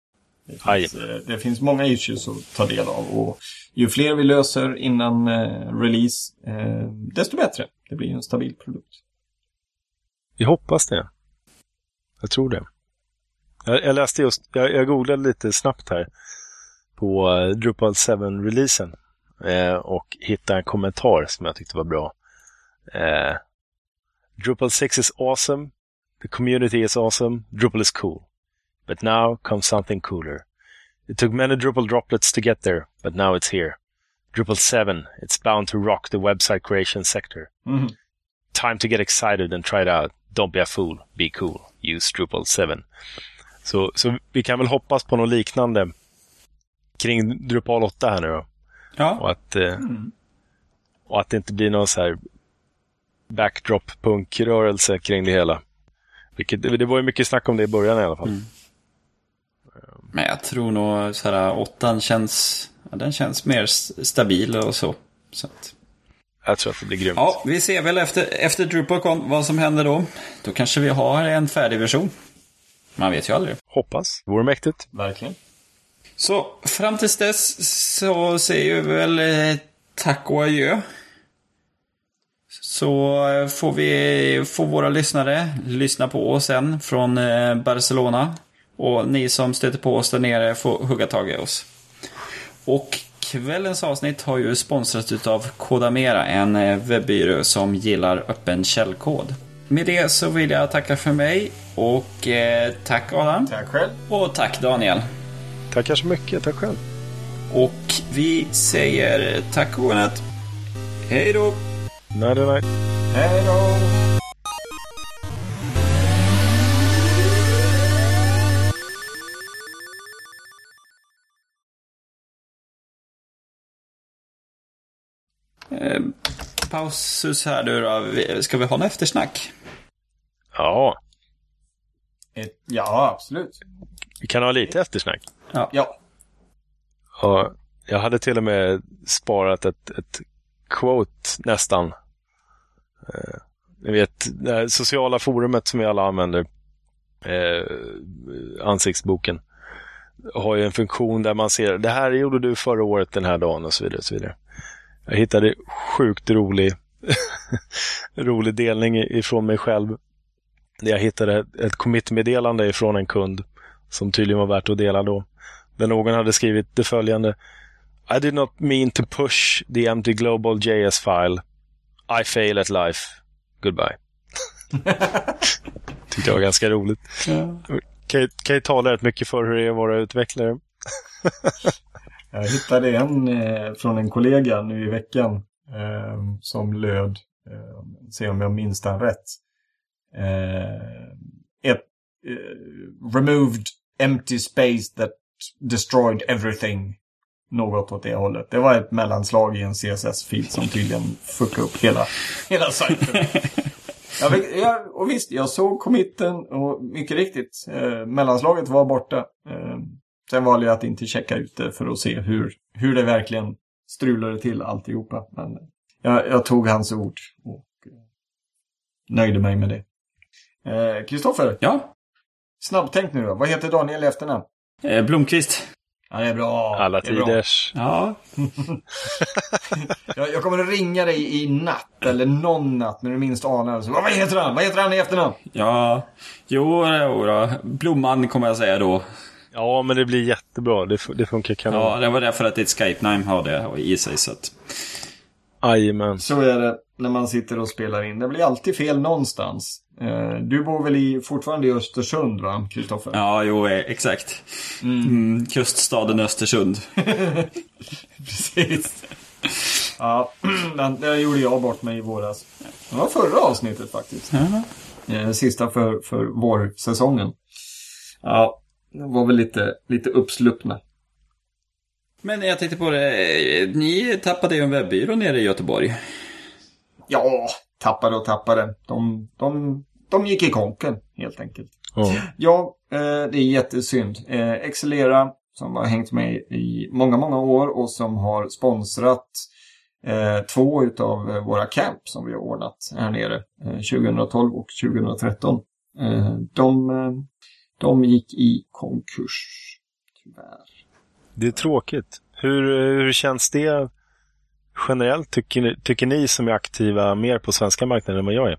Det finns, det finns många issues att ta del av. Och ju fler vi löser innan eh, release, eh, desto bättre. Det blir en stabil produkt. Vi hoppas det. Jag tror det. Jag, jag läste just, jag, jag googlade lite snabbt här på uh, Drupal sju-releasen eh, och hittade en kommentar som jag tyckte var bra. Eh, Drupal six is awesome. The community is awesome. Drupal is cool. But now comes something cooler. It took many Drupal droplets to get there, but now it's here. Drupal seven, it's bound to rock the website creation sector. Mm. Time to get excited and try it out. Don't be a fool, be cool. Use Drupal seven. Så, så vi kan väl hoppas på något liknande kring Drupal åtta här nu då. Ja. Och att, eh, mm. och att det inte blir någon så här backdrop-punk-rörelse kring det hela. Vilket, det var ju mycket snack om det i början i alla fall. Mm. Men jag tror nog så här, åttan känns, ja, den känns mer stabil och så. så att... Jag tror att det blir grymt. Ja, vi ser väl efter, efter DrupalCon vad som händer då. Då kanske vi har en färdig version. Man vet ju aldrig. Hoppas. Vore mäktigt. Verkligen. Så fram tills dess så säger vi väl eh, tack och adjö. Så får vi få våra lyssnare lyssna på oss sen från eh, Barcelona. Och ni som stöter på oss där nere får hugga tag i oss. Och kvällens avsnitt har ju sponsrat utav Kodamera, en eh, webbyrå som gillar öppen källkod. Med det så vill jag tacka för mig och eh, tack Adam. Tack själv. Och tack Daniel. Tackar så mycket, tack själv. Och vi säger tack och godnatt. Hej då. Nej, nej, nej. Hej då. Eh, pausus här nu då. Ska vi ha en eftersnack? Ja. Ett, ja, absolut. Vi kan ha lite eftersnack. Ja. Ja. Ja, jag hade till och med sparat ett, ett quote nästan. Eh, ni vet, det här sociala forumet som vi alla använder, eh, ansiktsboken, har ju en funktion där man ser, det här gjorde du förra året den här dagen och så vidare. Och så vidare. Jag hittade sjukt rolig rolig delning ifrån mig själv. Jag hittade ett, ett commit-meddelande ifrån en kund som tydligen var värt att dela då. Där någon hade skrivit det följande: I did not mean to push the empty global J S file. I fail at life. Goodbye. Tyckte jag var ganska roligt. Ja. Kan, jag, kan jag tala rätt mycket för hur det är att vara utvecklare? Jag hittade en eh, från en kollega nu i veckan eh, som löd, eh, se om jag minns den rätt. Eh, ett, eh, removed empty space that destroyed everything. Något åt det hållet. Det var ett mellanslag i en C S S-fil som tydligen fuckade upp hela, hela sajten. jag, jag, och visst, jag såg committen och mycket riktigt, eh, mellanslaget var borta. Eh, sen valde jag att inte checka ut det för att se hur, hur det verkligen strulade till alltihopa. Men jag, jag tog hans ord och eh, nöjde mig med det. Kristoffer? Eh, ja? Snabbtänk nu då. Vad heter Daniel i efternamn? Eh, Blomqvist. Ja, det är bra. Alla tiders. Ja. jag, jag kommer att ringa dig i natt eller någon natt när du minst anar. Så, vad heter han? Vad heter han i efternamn? Ja, jo, jo då. Blomman kommer jag säga då. Ja, men det blir jättebra. Det, det funkar kanon. Ja, det var därför att ditt Skype-name har det i sig. Så att... Jajamän. Så är det när man sitter och spelar in. Det blir alltid fel någonstans. Du bor väl i, fortfarande i Östersund, va, Kristoffer? Ja, jo, exakt. Mm. Mm, kuststaden Östersund. Precis. Ja, det gjorde jag bort mig i våras. Det var förra avsnittet faktiskt. Uh-huh. Sista för, för vårsäsongen. Ja, det var väl lite, lite uppsluppna. Men jag tänkte på det, ni tappade ju en webbyrå nere i Göteborg. Ja, tappade och tappade. De, de, de gick i konken, helt enkelt. Oh. Ja, det är jättesynd. Excelera, som har hängt med i många, många år och som har sponsrat två utav våra camp som vi har ordnat här nere tjugohundratolv och tjugotretton. De, de gick i konkurs, tyvärr. Det är tråkigt. Hur, hur känns det generellt, tycker ni, tycker ni som är aktiva mer på svenska marknaden än vad jag är?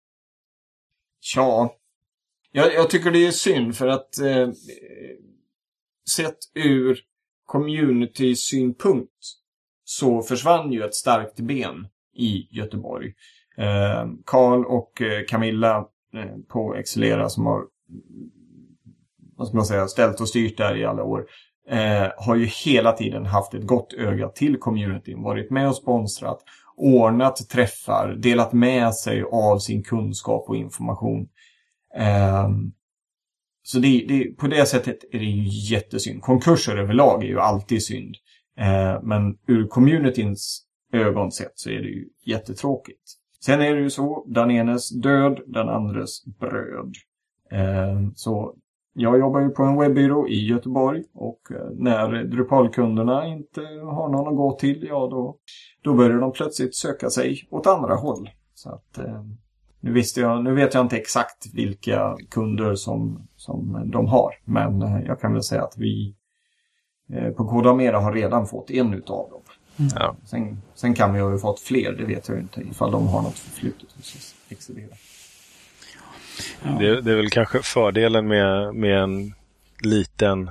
Ja, jag, jag tycker det är synd för att eh, sett ur community-synpunkt så försvann ju ett starkt ben i Göteborg. Eh, Carl och eh, Camilla eh, på Excellera som har vad ska man säga, ställt och styrt där i alla år eh, har ju hela tiden haft ett gott öga till communityn, varit med och sponsrat, ordnat träffar, delat med sig av sin kunskap och information. Eh, så det, det, på det sättet är det ju jättesynd. Konkurser överlag är ju alltid synd. Eh, men ur communityns ögon sett så är det ju jättetråkigt. Sen är det ju så, den enes död, den andres bröd. Eh, så jag jobbar ju på en webbyrå i Göteborg och när Drupalkunderna inte har någon att gå till, ja då, då börjar de plötsligt söka sig åt andra håll. Så att eh, nu, visste jag, nu vet jag inte exakt vilka kunder som, som de har, men eh, jag kan väl säga att vi eh, på Kodamera har redan fått en utav dem. Mm. Ja. Sen, sen kan vi ha ju fått fler, det vet jag inte ifall de har något förflutet hos Excellera. Ja. Det, det är väl kanske fördelen med, med en liten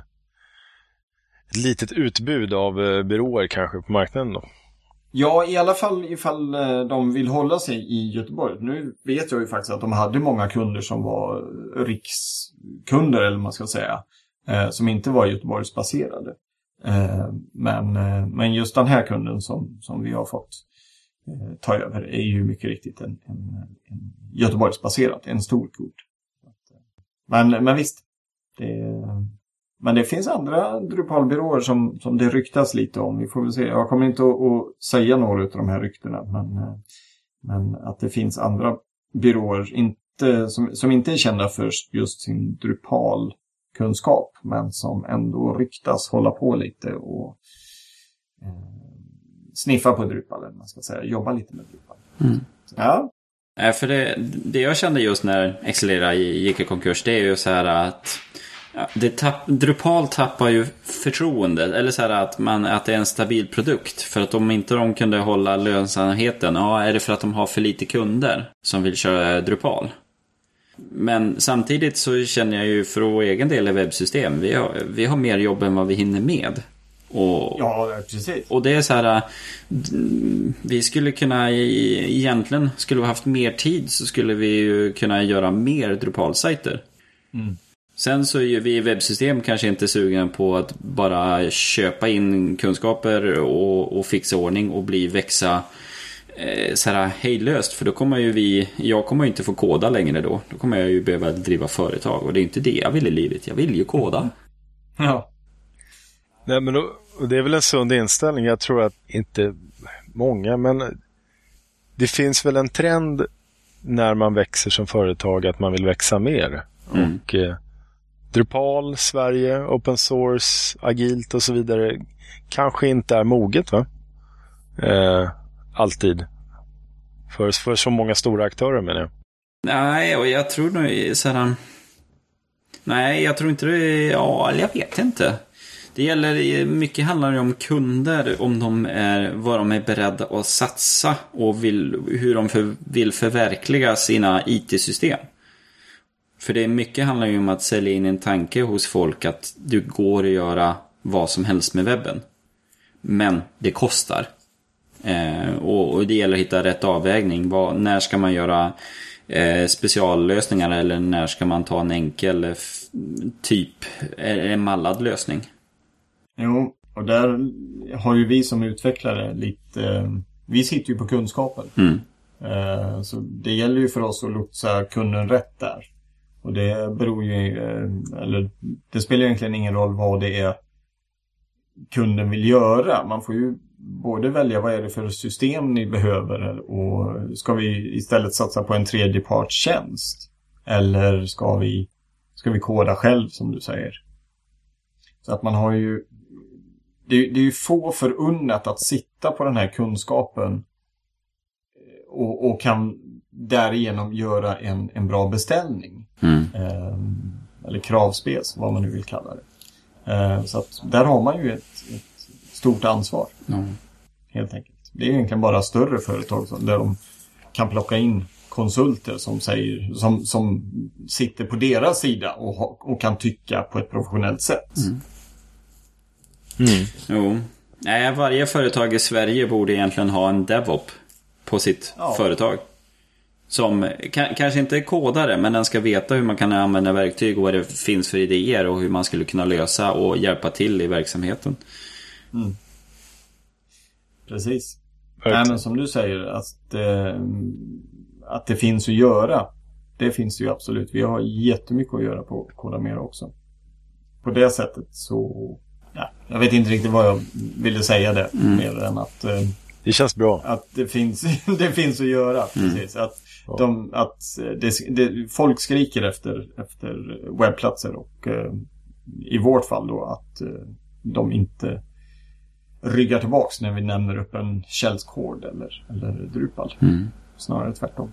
ett litet utbud av byråer kanske på marknaden då. Ja, i alla fall ifall de vill hålla sig i Göteborg. Nu vet jag ju faktiskt att de hade många kunder som var rikskunder eller man ska säga, eh, som inte var Göteborgsbaserade. Eh, men, eh, men just den här kunden som, som vi har fått eh, ta över är ju mycket riktigt en, en, en Göteborgsbaserad, en stor kund. Men, men visst, det, men det finns andra Drupalbyråer som, som det ryktas lite om. Vi får väl se. Jag kommer inte att, att säga några av de här ryktena, men, men att det finns andra byråer inte, som, som inte är kända för just sin Drupal-kunskap, men som ändå ryktas hålla på lite och eh, sniffa på Drupal, eller man ska säga, jobba lite med Drupal. Mm. Ja. För det, det jag kände just när Excellera gick i konkurs, det är ju så här att ja, det tapp, Drupal tappar ju förtroende, eller så här att, man, att det är en stabil produkt. För att om inte de kunde hålla lönsamheten, ja, är det för att de har för lite kunder som vill köra Drupal. Men samtidigt så känner jag ju för vår egen del i webbsystem, vi har, vi har mer jobb än vad vi hinner med. Och, ja, precis. Och det är så här, vi skulle kunna egentligen, skulle vi haft mer tid så skulle vi ju kunna göra mer Drupal-sajter. Mm. Sen så är vi i webbsystem kanske inte sugen på att bara köpa in kunskaper och, och fixa ordning och bli växa eh, så här hejlöst, för då kommer ju vi, jag kommer ju inte få koda längre då. Då kommer jag ju behöva driva företag och det är inte det jag vill i livet. Jag vill ju koda. Ja. Nej, men då, och det är väl en sund inställning. Jag tror att inte många, men det finns väl en trend när man växer som företag att man vill växa mer. Mm. Och eh, Drupal, Sverige, open source, agilt och så vidare kanske inte är moget, va? Eh, alltid. För, för så många stora aktörer, menar jag. Nej, och jag tror nog sådär... Nej, jag tror inte det. Ja, jag vet inte. Det gäller, mycket handlar ju om kunder, om de är, vad de är beredda att satsa och vill, hur de för, vill förverkliga sina I T-system. För det är mycket handlar ju om att sälja in en tanke hos folk att du går att göra vad som helst med webben. Men det kostar. Eh, och, och det gäller att hitta rätt avvägning. Vad, när ska man göra eh, speciallösningar eller när ska man ta en enkel f- typ en mallad lösning? Jo, och där har ju vi som utvecklare lite, vi sitter ju på kunskapen. Mm. Eh, så det gäller ju för oss att lotsa kunden rätt där. Och det beror ju, eller det spelar egentligen ingen roll vad det är kunden vill göra. Man får ju både välja vad är det för system ni behöver och ska vi istället satsa på en tredjepartstjänst eller ska vi, ska vi koda själv som du säger. Så att man har ju, det är, det är ju få förunnat att sitta på den här kunskapen och, och kan därigenom göra en, en bra beställning. Mm. Eh, eller kravspec, vad man nu vill kalla det. Eh, så att där har man ju ett, ett stort ansvar. Mm. Helt enkelt. Det är egentligen bara större företag som, där de kan plocka in konsulter som, säger, som, som sitter på deras sida och, ha, och kan tycka på ett professionellt sätt. Mm. Mm. Jo. Nej, varje företag i Sverige borde egentligen ha en DevOps på sitt Ja. företag. Som k- kanske inte är kodare, men den ska veta hur man kan använda verktyg och vad det finns för idéer och hur man skulle kunna lösa och hjälpa till i verksamheten. Mm. Precis. Verkligen. Nej, men som du säger, att, eh, att det finns att göra. Det finns det ju absolut. Vi har jättemycket att göra på Kodamera också. På det sättet så... Ja, jag vet inte riktigt vad jag ville säga det. Mm. Mer än att, eh, Det känns bra. att det, finns, det finns att göra. Precis. Att, Ja. de, att det, det, folk skriker efter, efter webbplatser. Och eh, i vårt fall då att eh, de inte... ryggar tillbaks när vi nämner upp en källkod eller, eller Drupal. Mm. Snarare tvärtom.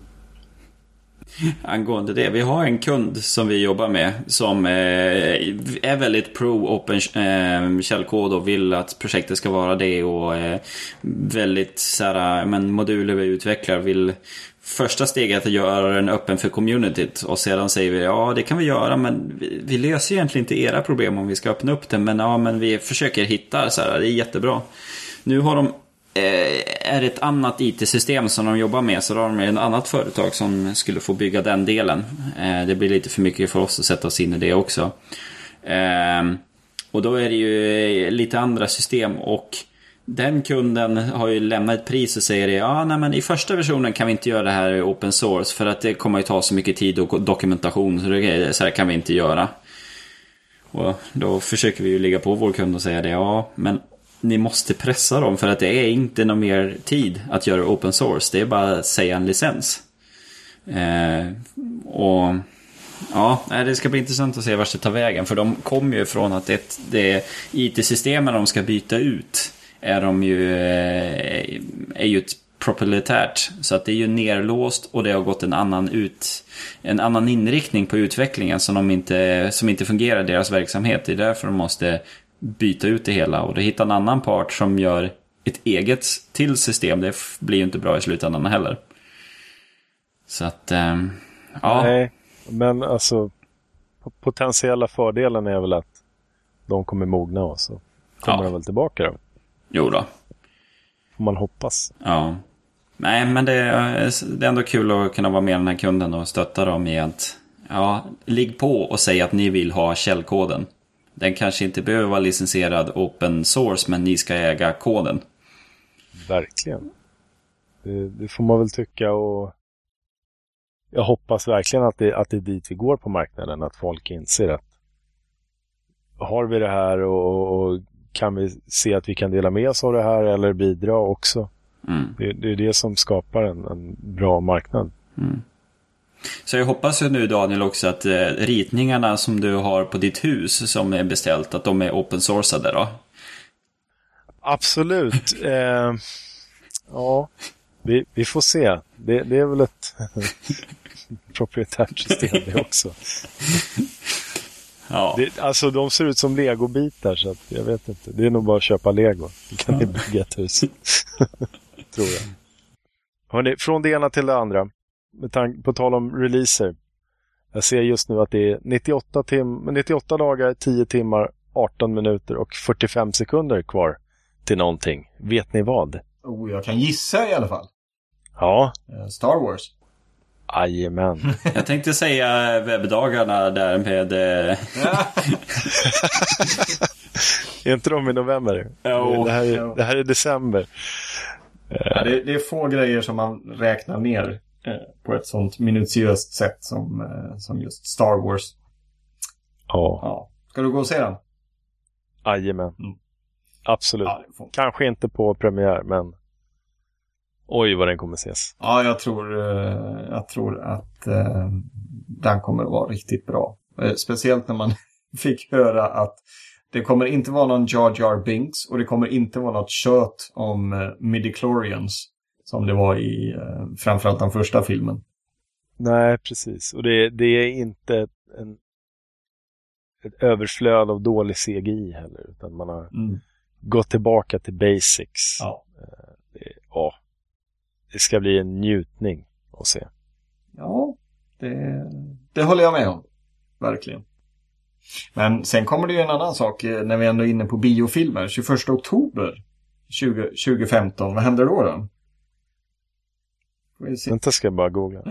Angående det, vi har en kund som vi jobbar med som eh, är väldigt pro open eh, källkod och vill att projektet ska vara det och eh, väldigt såhär, men moduler vi utvecklar vill första steget att göra den öppen för communityt och sedan säger vi ja det kan vi göra men vi, vi löser egentligen inte era problem om vi ska öppna upp det men ja men vi försöker hitta så här, det är jättebra. Nu har de eh, är ett annat I T-system som de jobbar med så då har de ett annat företag som skulle få bygga den delen. Eh, det blir lite för mycket för oss att sätta oss in i det också. Eh, och då är det ju lite andra system och den kunden har ju lämnat ett pris och säger ja nej men i första versionen kan vi inte göra det här i open source för att det kommer ju ta så mycket tid och dokumentation så det så här kan vi inte göra. Och då försöker vi ju ligga på vår kund och säga det ja men ni måste pressa dem för att det är inte någon mer tid att göra open source. Det är bara att säga en licens. Eh, och ja, det ska bli intressant att se vart det tar vägen för de kommer ju från att det, det I T-systemen de ska byta ut är de ju är ju ett proprietärt så att det är ju nerlåst och det har gått en annan ut en annan inriktning på utvecklingen som de inte som inte fungerar i deras verksamhet. Det är därför de måste byta ut det hela och då hittar en annan part som gör ett eget till system. Det blir ju inte bra i slutändan heller. Så att ähm, ja. Nej, men alltså potentiella fördelen är väl att de kommer mogna och så kommer Ja. de väl tillbaka då. Jo då. Får man hoppas. Ja. Nej, men det är, det är ändå kul att kunna vara med den här kunden och stötta dem i att ja, ligg på och säg att ni vill ha källkoden. Den kanske inte behöver vara licensierad open source, men ni ska äga koden. Verkligen. Det, det får man väl tycka och jag hoppas verkligen att det, att det är dit vi går på marknaden. Att folk inser att har vi det här och, och kan vi se att vi kan dela med oss av det här eller bidra också. Mm. Det, det är det som skapar en, en bra marknad. Mm. Så jag hoppas ju nu Daniel också att eh, ritningarna som du har på ditt hus som är beställt, att de är open sourcade då? Absolut. eh, ja, vi, vi får se. Det, det är väl ett proprietärt system det också. Ja. Det, alltså de ser ut som legobitar så att jag vet inte. Det är nog bara att köpa lego. Då kan ni bygga ett hus. Tror jag. Hörrni, från det ena till det andra. Med tank, på tal om releaser. Jag ser just nu att det är nittioåtta, tim, nittioåtta dagar, tio timmar, arton minuter och fyrtiofem sekunder kvar till någonting. Vet ni vad? Oh, jag kan gissa i alla fall. Ja. Eh, Star Wars. Jajamän. Jag tänkte säga webbdagarna där med... Eh... Är inte de i november? Jo. Det här är, det här är december. Ja, det, det är få grejer som man räknar ner eh, på ett sånt minutiöst sätt som, eh, som just Star Wars. Ja. Ja. Ska du gå och se den? Jajamän. Mm. Absolut. Ja, det får... Kanske inte på premiär, men oj vad den kommer ses. ja jag, tror, eh, jag tror att eh, den kommer att vara riktigt bra. Eh, speciellt när man fick höra att det kommer inte vara någon Jar Jar Binks och det kommer inte vara något kött om eh, midichlorians som det var i eh, framförallt den första filmen. Nej, precis. Och det, det är inte en ett överflöd av dålig C G I heller, utan man har Mm. gått tillbaka till basics. Ja. Det, ja, det ska bli en njutning att se. Ja, det, det håller jag med om. Verkligen. Men sen kommer det ju en annan sak när vi ändå är inne på biofilmer. tjugoförsta oktober tjugo, tjugofemton. Vad händer då då? Vänta, ska jag bara googla.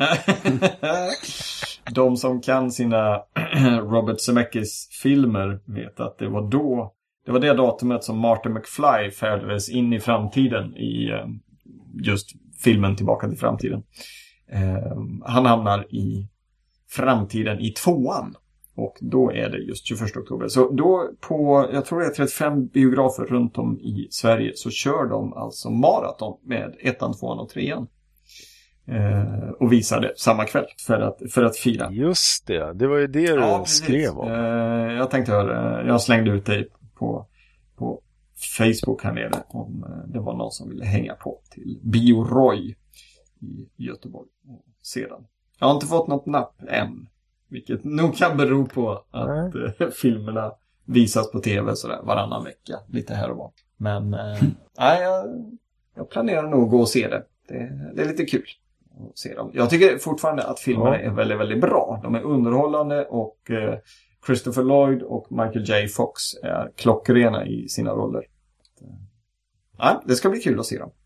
De som kan sina Robert Zemeckis filmer vet att det var då, det var det datumet som Martin McFly färdades in i framtiden i just filmen Tillbaka till framtiden. Han hamnar i framtiden i tvåan. Och då är det just tjugoförsta oktober. Så då på, jag tror det är trettiofem biografer runt om i Sverige, så kör de alltså maraton med ettan, tvåan och trean. Eh, och visar det samma kväll för att, för att fira. Just det, det var ju det du ja, skrev om. Eh, jag tänkte höra, jag slängde ut dig på, på Facebook här nere om det var någon som ville hänga på till BioRoy i Göteborg. Sedan. Jag har inte fått något napp än. Vilket nog kan bero på att eh, filmerna visas på tv sådär varannan vecka. Lite här och var. Men eh, nej, jag, jag planerar nog att gå och se det. det. Det är lite kul att se dem. Jag tycker fortfarande att filmerna ja. är väldigt, väldigt bra. De är underhållande och eh, Christopher Lloyd och Michael J. Fox är klockrena i sina roller. Ja, det ska bli kul att se dem.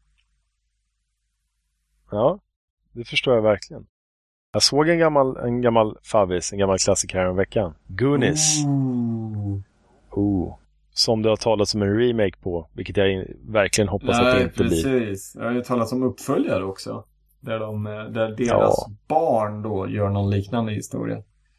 Ja, det förstår jag verkligen. Jag såg en gammal, en gammal favvis, en gammal klassiker här om veckan. Goonies. Ooh. Oh. Som det har talats om en remake på, vilket jag verkligen hoppas Nej, att det inte precis. blir. Precis. Jag har ju talat om uppföljare också. Där, de, där deras Ja. barn då gör någon liknande historia.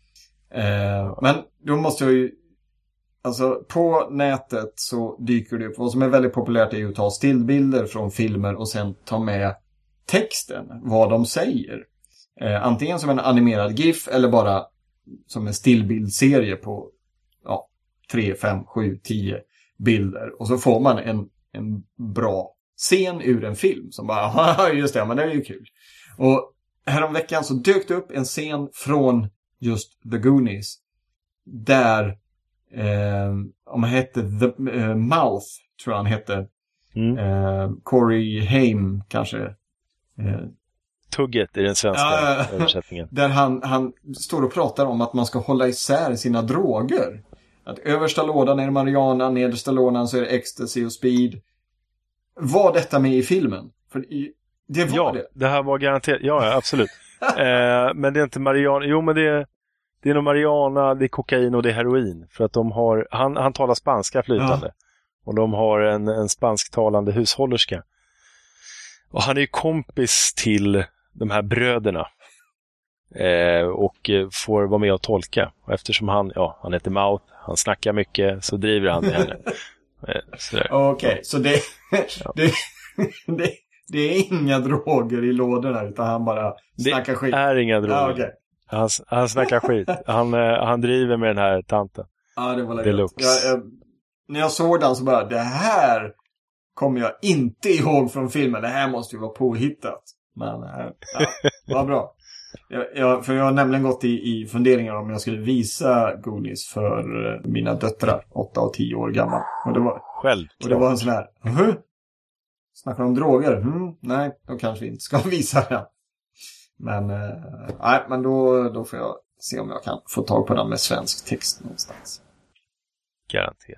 Eh, men då måste jag ju... Alltså på nätet så dyker det upp. Vad som är väldigt populärt är ju att ta stillbilder från filmer och sen ta med texten, vad de säger. Eh, antingen som en animerad GIF eller bara som en stillbildserie på ja, tre, fem, sju, tio bilder. Och så får man en, en bra scen ur en film som bara, just det, men det är ju kul. Och häromveckan så dök det upp en scen från just The Goonies där eh, om han hette The uh, Mouth, tror jag han hette. Mm. Eh, Corey Haim kanske. Eh, Tugget i den svenska Ja, översättningen. Där han, han står och pratar om att man ska hålla isär sina droger. Att översta lådan är marijuana, nedersta lådan så är det ecstasy och speed. Var detta med i filmen? För i, det var ja, det. det här var garanterat. Ja, ja absolut. eh, men det är inte marijuana. Jo, men det är, det är nog marijuana, det är kokain och det är heroin. För att de har, han, han talar spanska flytande. Ja. Och de har en, en spansktalande hushållerska. Och han är ju kompis till de här bröderna. Eh, och får vara med och tolka. Och eftersom han, ja, han heter Mouth, han snackar mycket, så driver han med henne. Eh, Okej, okay, så det, ja. det, det, det är inga droger i lådorna utan han bara snackar det skit. Det är inga droger. Ah, okay. han, han snackar skit. Han, han driver med den här tanten. Ja, ah, det var Deluxe. Jag, jag, när jag såg den så bara, det här kommer jag inte ihåg från filmen. Det här måste ju vara påhittat. Men, ja, vad bra. Jag, jag, för jag har nämligen gått i, i funderingar om jag skulle visa Goonies för mina döttrar, åtta och tio år gamla. Och det var, Självklart. Och det var en sån här, huh? Snackar om droger? Hmm, nej, då kanske vi inte ska visa den. Men, eh, nej, men då, då får jag se om jag kan få tag på den med svensk text någonstans. Garanterat.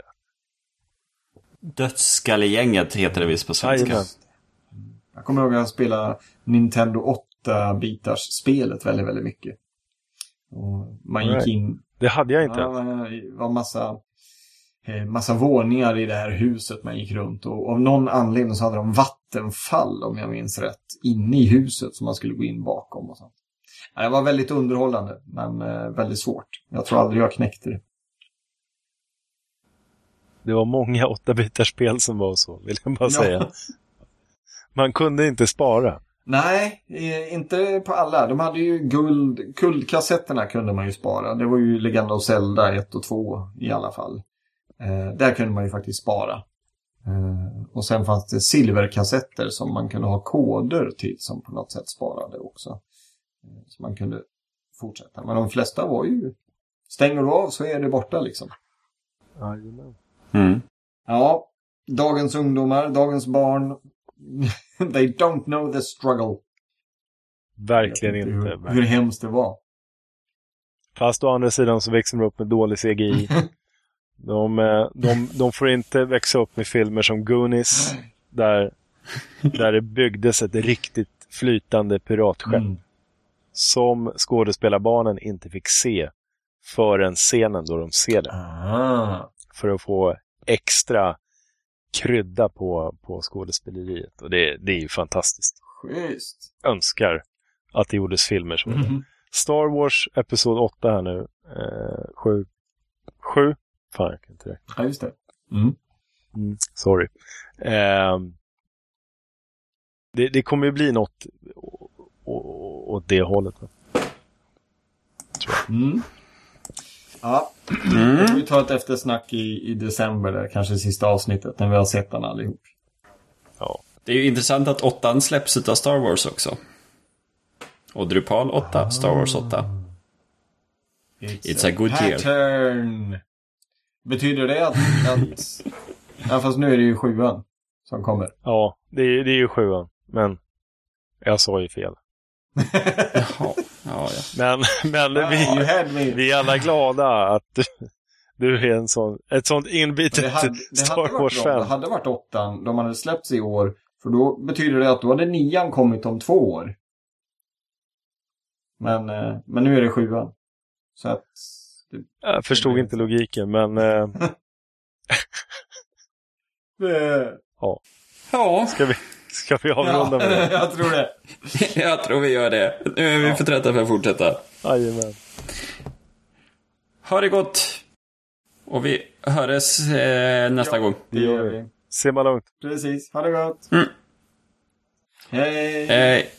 Dödskallegänget heter det visst på svenska. Aj, jag kommer ihåg att jag spelade Nintendo åtta-bitars spelet väldigt, väldigt mycket. Och man gick right. in... Det hade jag inte. Ja, det var massa, massa våningar i det här huset man gick runt. Och av någon anledning så hade de vattenfall, om jag minns rätt, inne i huset som man skulle gå in bakom och sånt. Ja, det var väldigt underhållande, men väldigt svårt. Jag tror aldrig jag knäckte det. Det var många åtta-bitars spel som var så, vill jag bara ja. säga. Man kunde inte spara. Nej, inte på alla. De hade ju guld, guldkassetterna kunde man ju spara. Det var ju Legend of Zelda ett och två i alla fall. Eh, där kunde man ju faktiskt spara. Eh, och sen fanns det silverkassetter som man kunde ha koder till som på något sätt sparade också. Eh, så man kunde fortsätta. Men de flesta var ju stänger du av så är det borta liksom. Jajamän. Mm. Ja, dagens ungdomar, dagens barn, they don't know the struggle. Verkligen inte. Hur, Verkligen. hur hemskt det var. Fast å andra sidan så växer de upp med dålig C G I. De, eh, de, de får inte växa upp med filmer som Goonies där, där det byggdes ett riktigt flytande piratskepp Mm. som skådespelarbarnen inte fick se förrän scenen då de ser det. Ah. För att få extra krydda på, på skådespeleriet. Och det, det är ju fantastiskt. Schysst. Önskar att det gjordes filmer som Mm. Star Wars episod åtta här nu. Eh, sju. Sju? Fan, jag kan inte räkna. Ja, just det. Mm. Mm, sorry. Eh, det, det kommer ju bli något å- å- åt det hållet. Va? Mm. Ja, Mm. vi tar ett eftersnack i, i december, där, kanske sista avsnittet, när vi har sett den allihop. Ja. Det är ju intressant att åttan släpps av Star Wars också. Och Drupal åtta, Star Wars åtta. It's a good year. pattern. Betyder det att... att ja, fast nu är det ju sjuan som kommer. Ja, det är, det är ju sjuan. Men jag sa ju fel. Jaha, ja, ja. Men, men You vi, had me. vi är alla glada att du, du är en sån, ett sånt inbitet Det hade, det Star hade varit Wars bra. Det fan. hade varit åttan. De hade släppts i år. För då betyder det att då hade nian kommit om två år. Men, eh, men nu är det sjuan. Så att... Det, Jag förstod inte logiken, men eh, det, Ja, ska vi, ska vi avrunda med det? jag tror det. jag tror vi gör det. Nu är vi för trötta för att fortsätta. Jajamän. Ha det gott. Och vi hörs eh, nästa Ja. gång. Det gör vi. Simma lugnt. Precis. Ha det gott. Mm. Hej. Hej.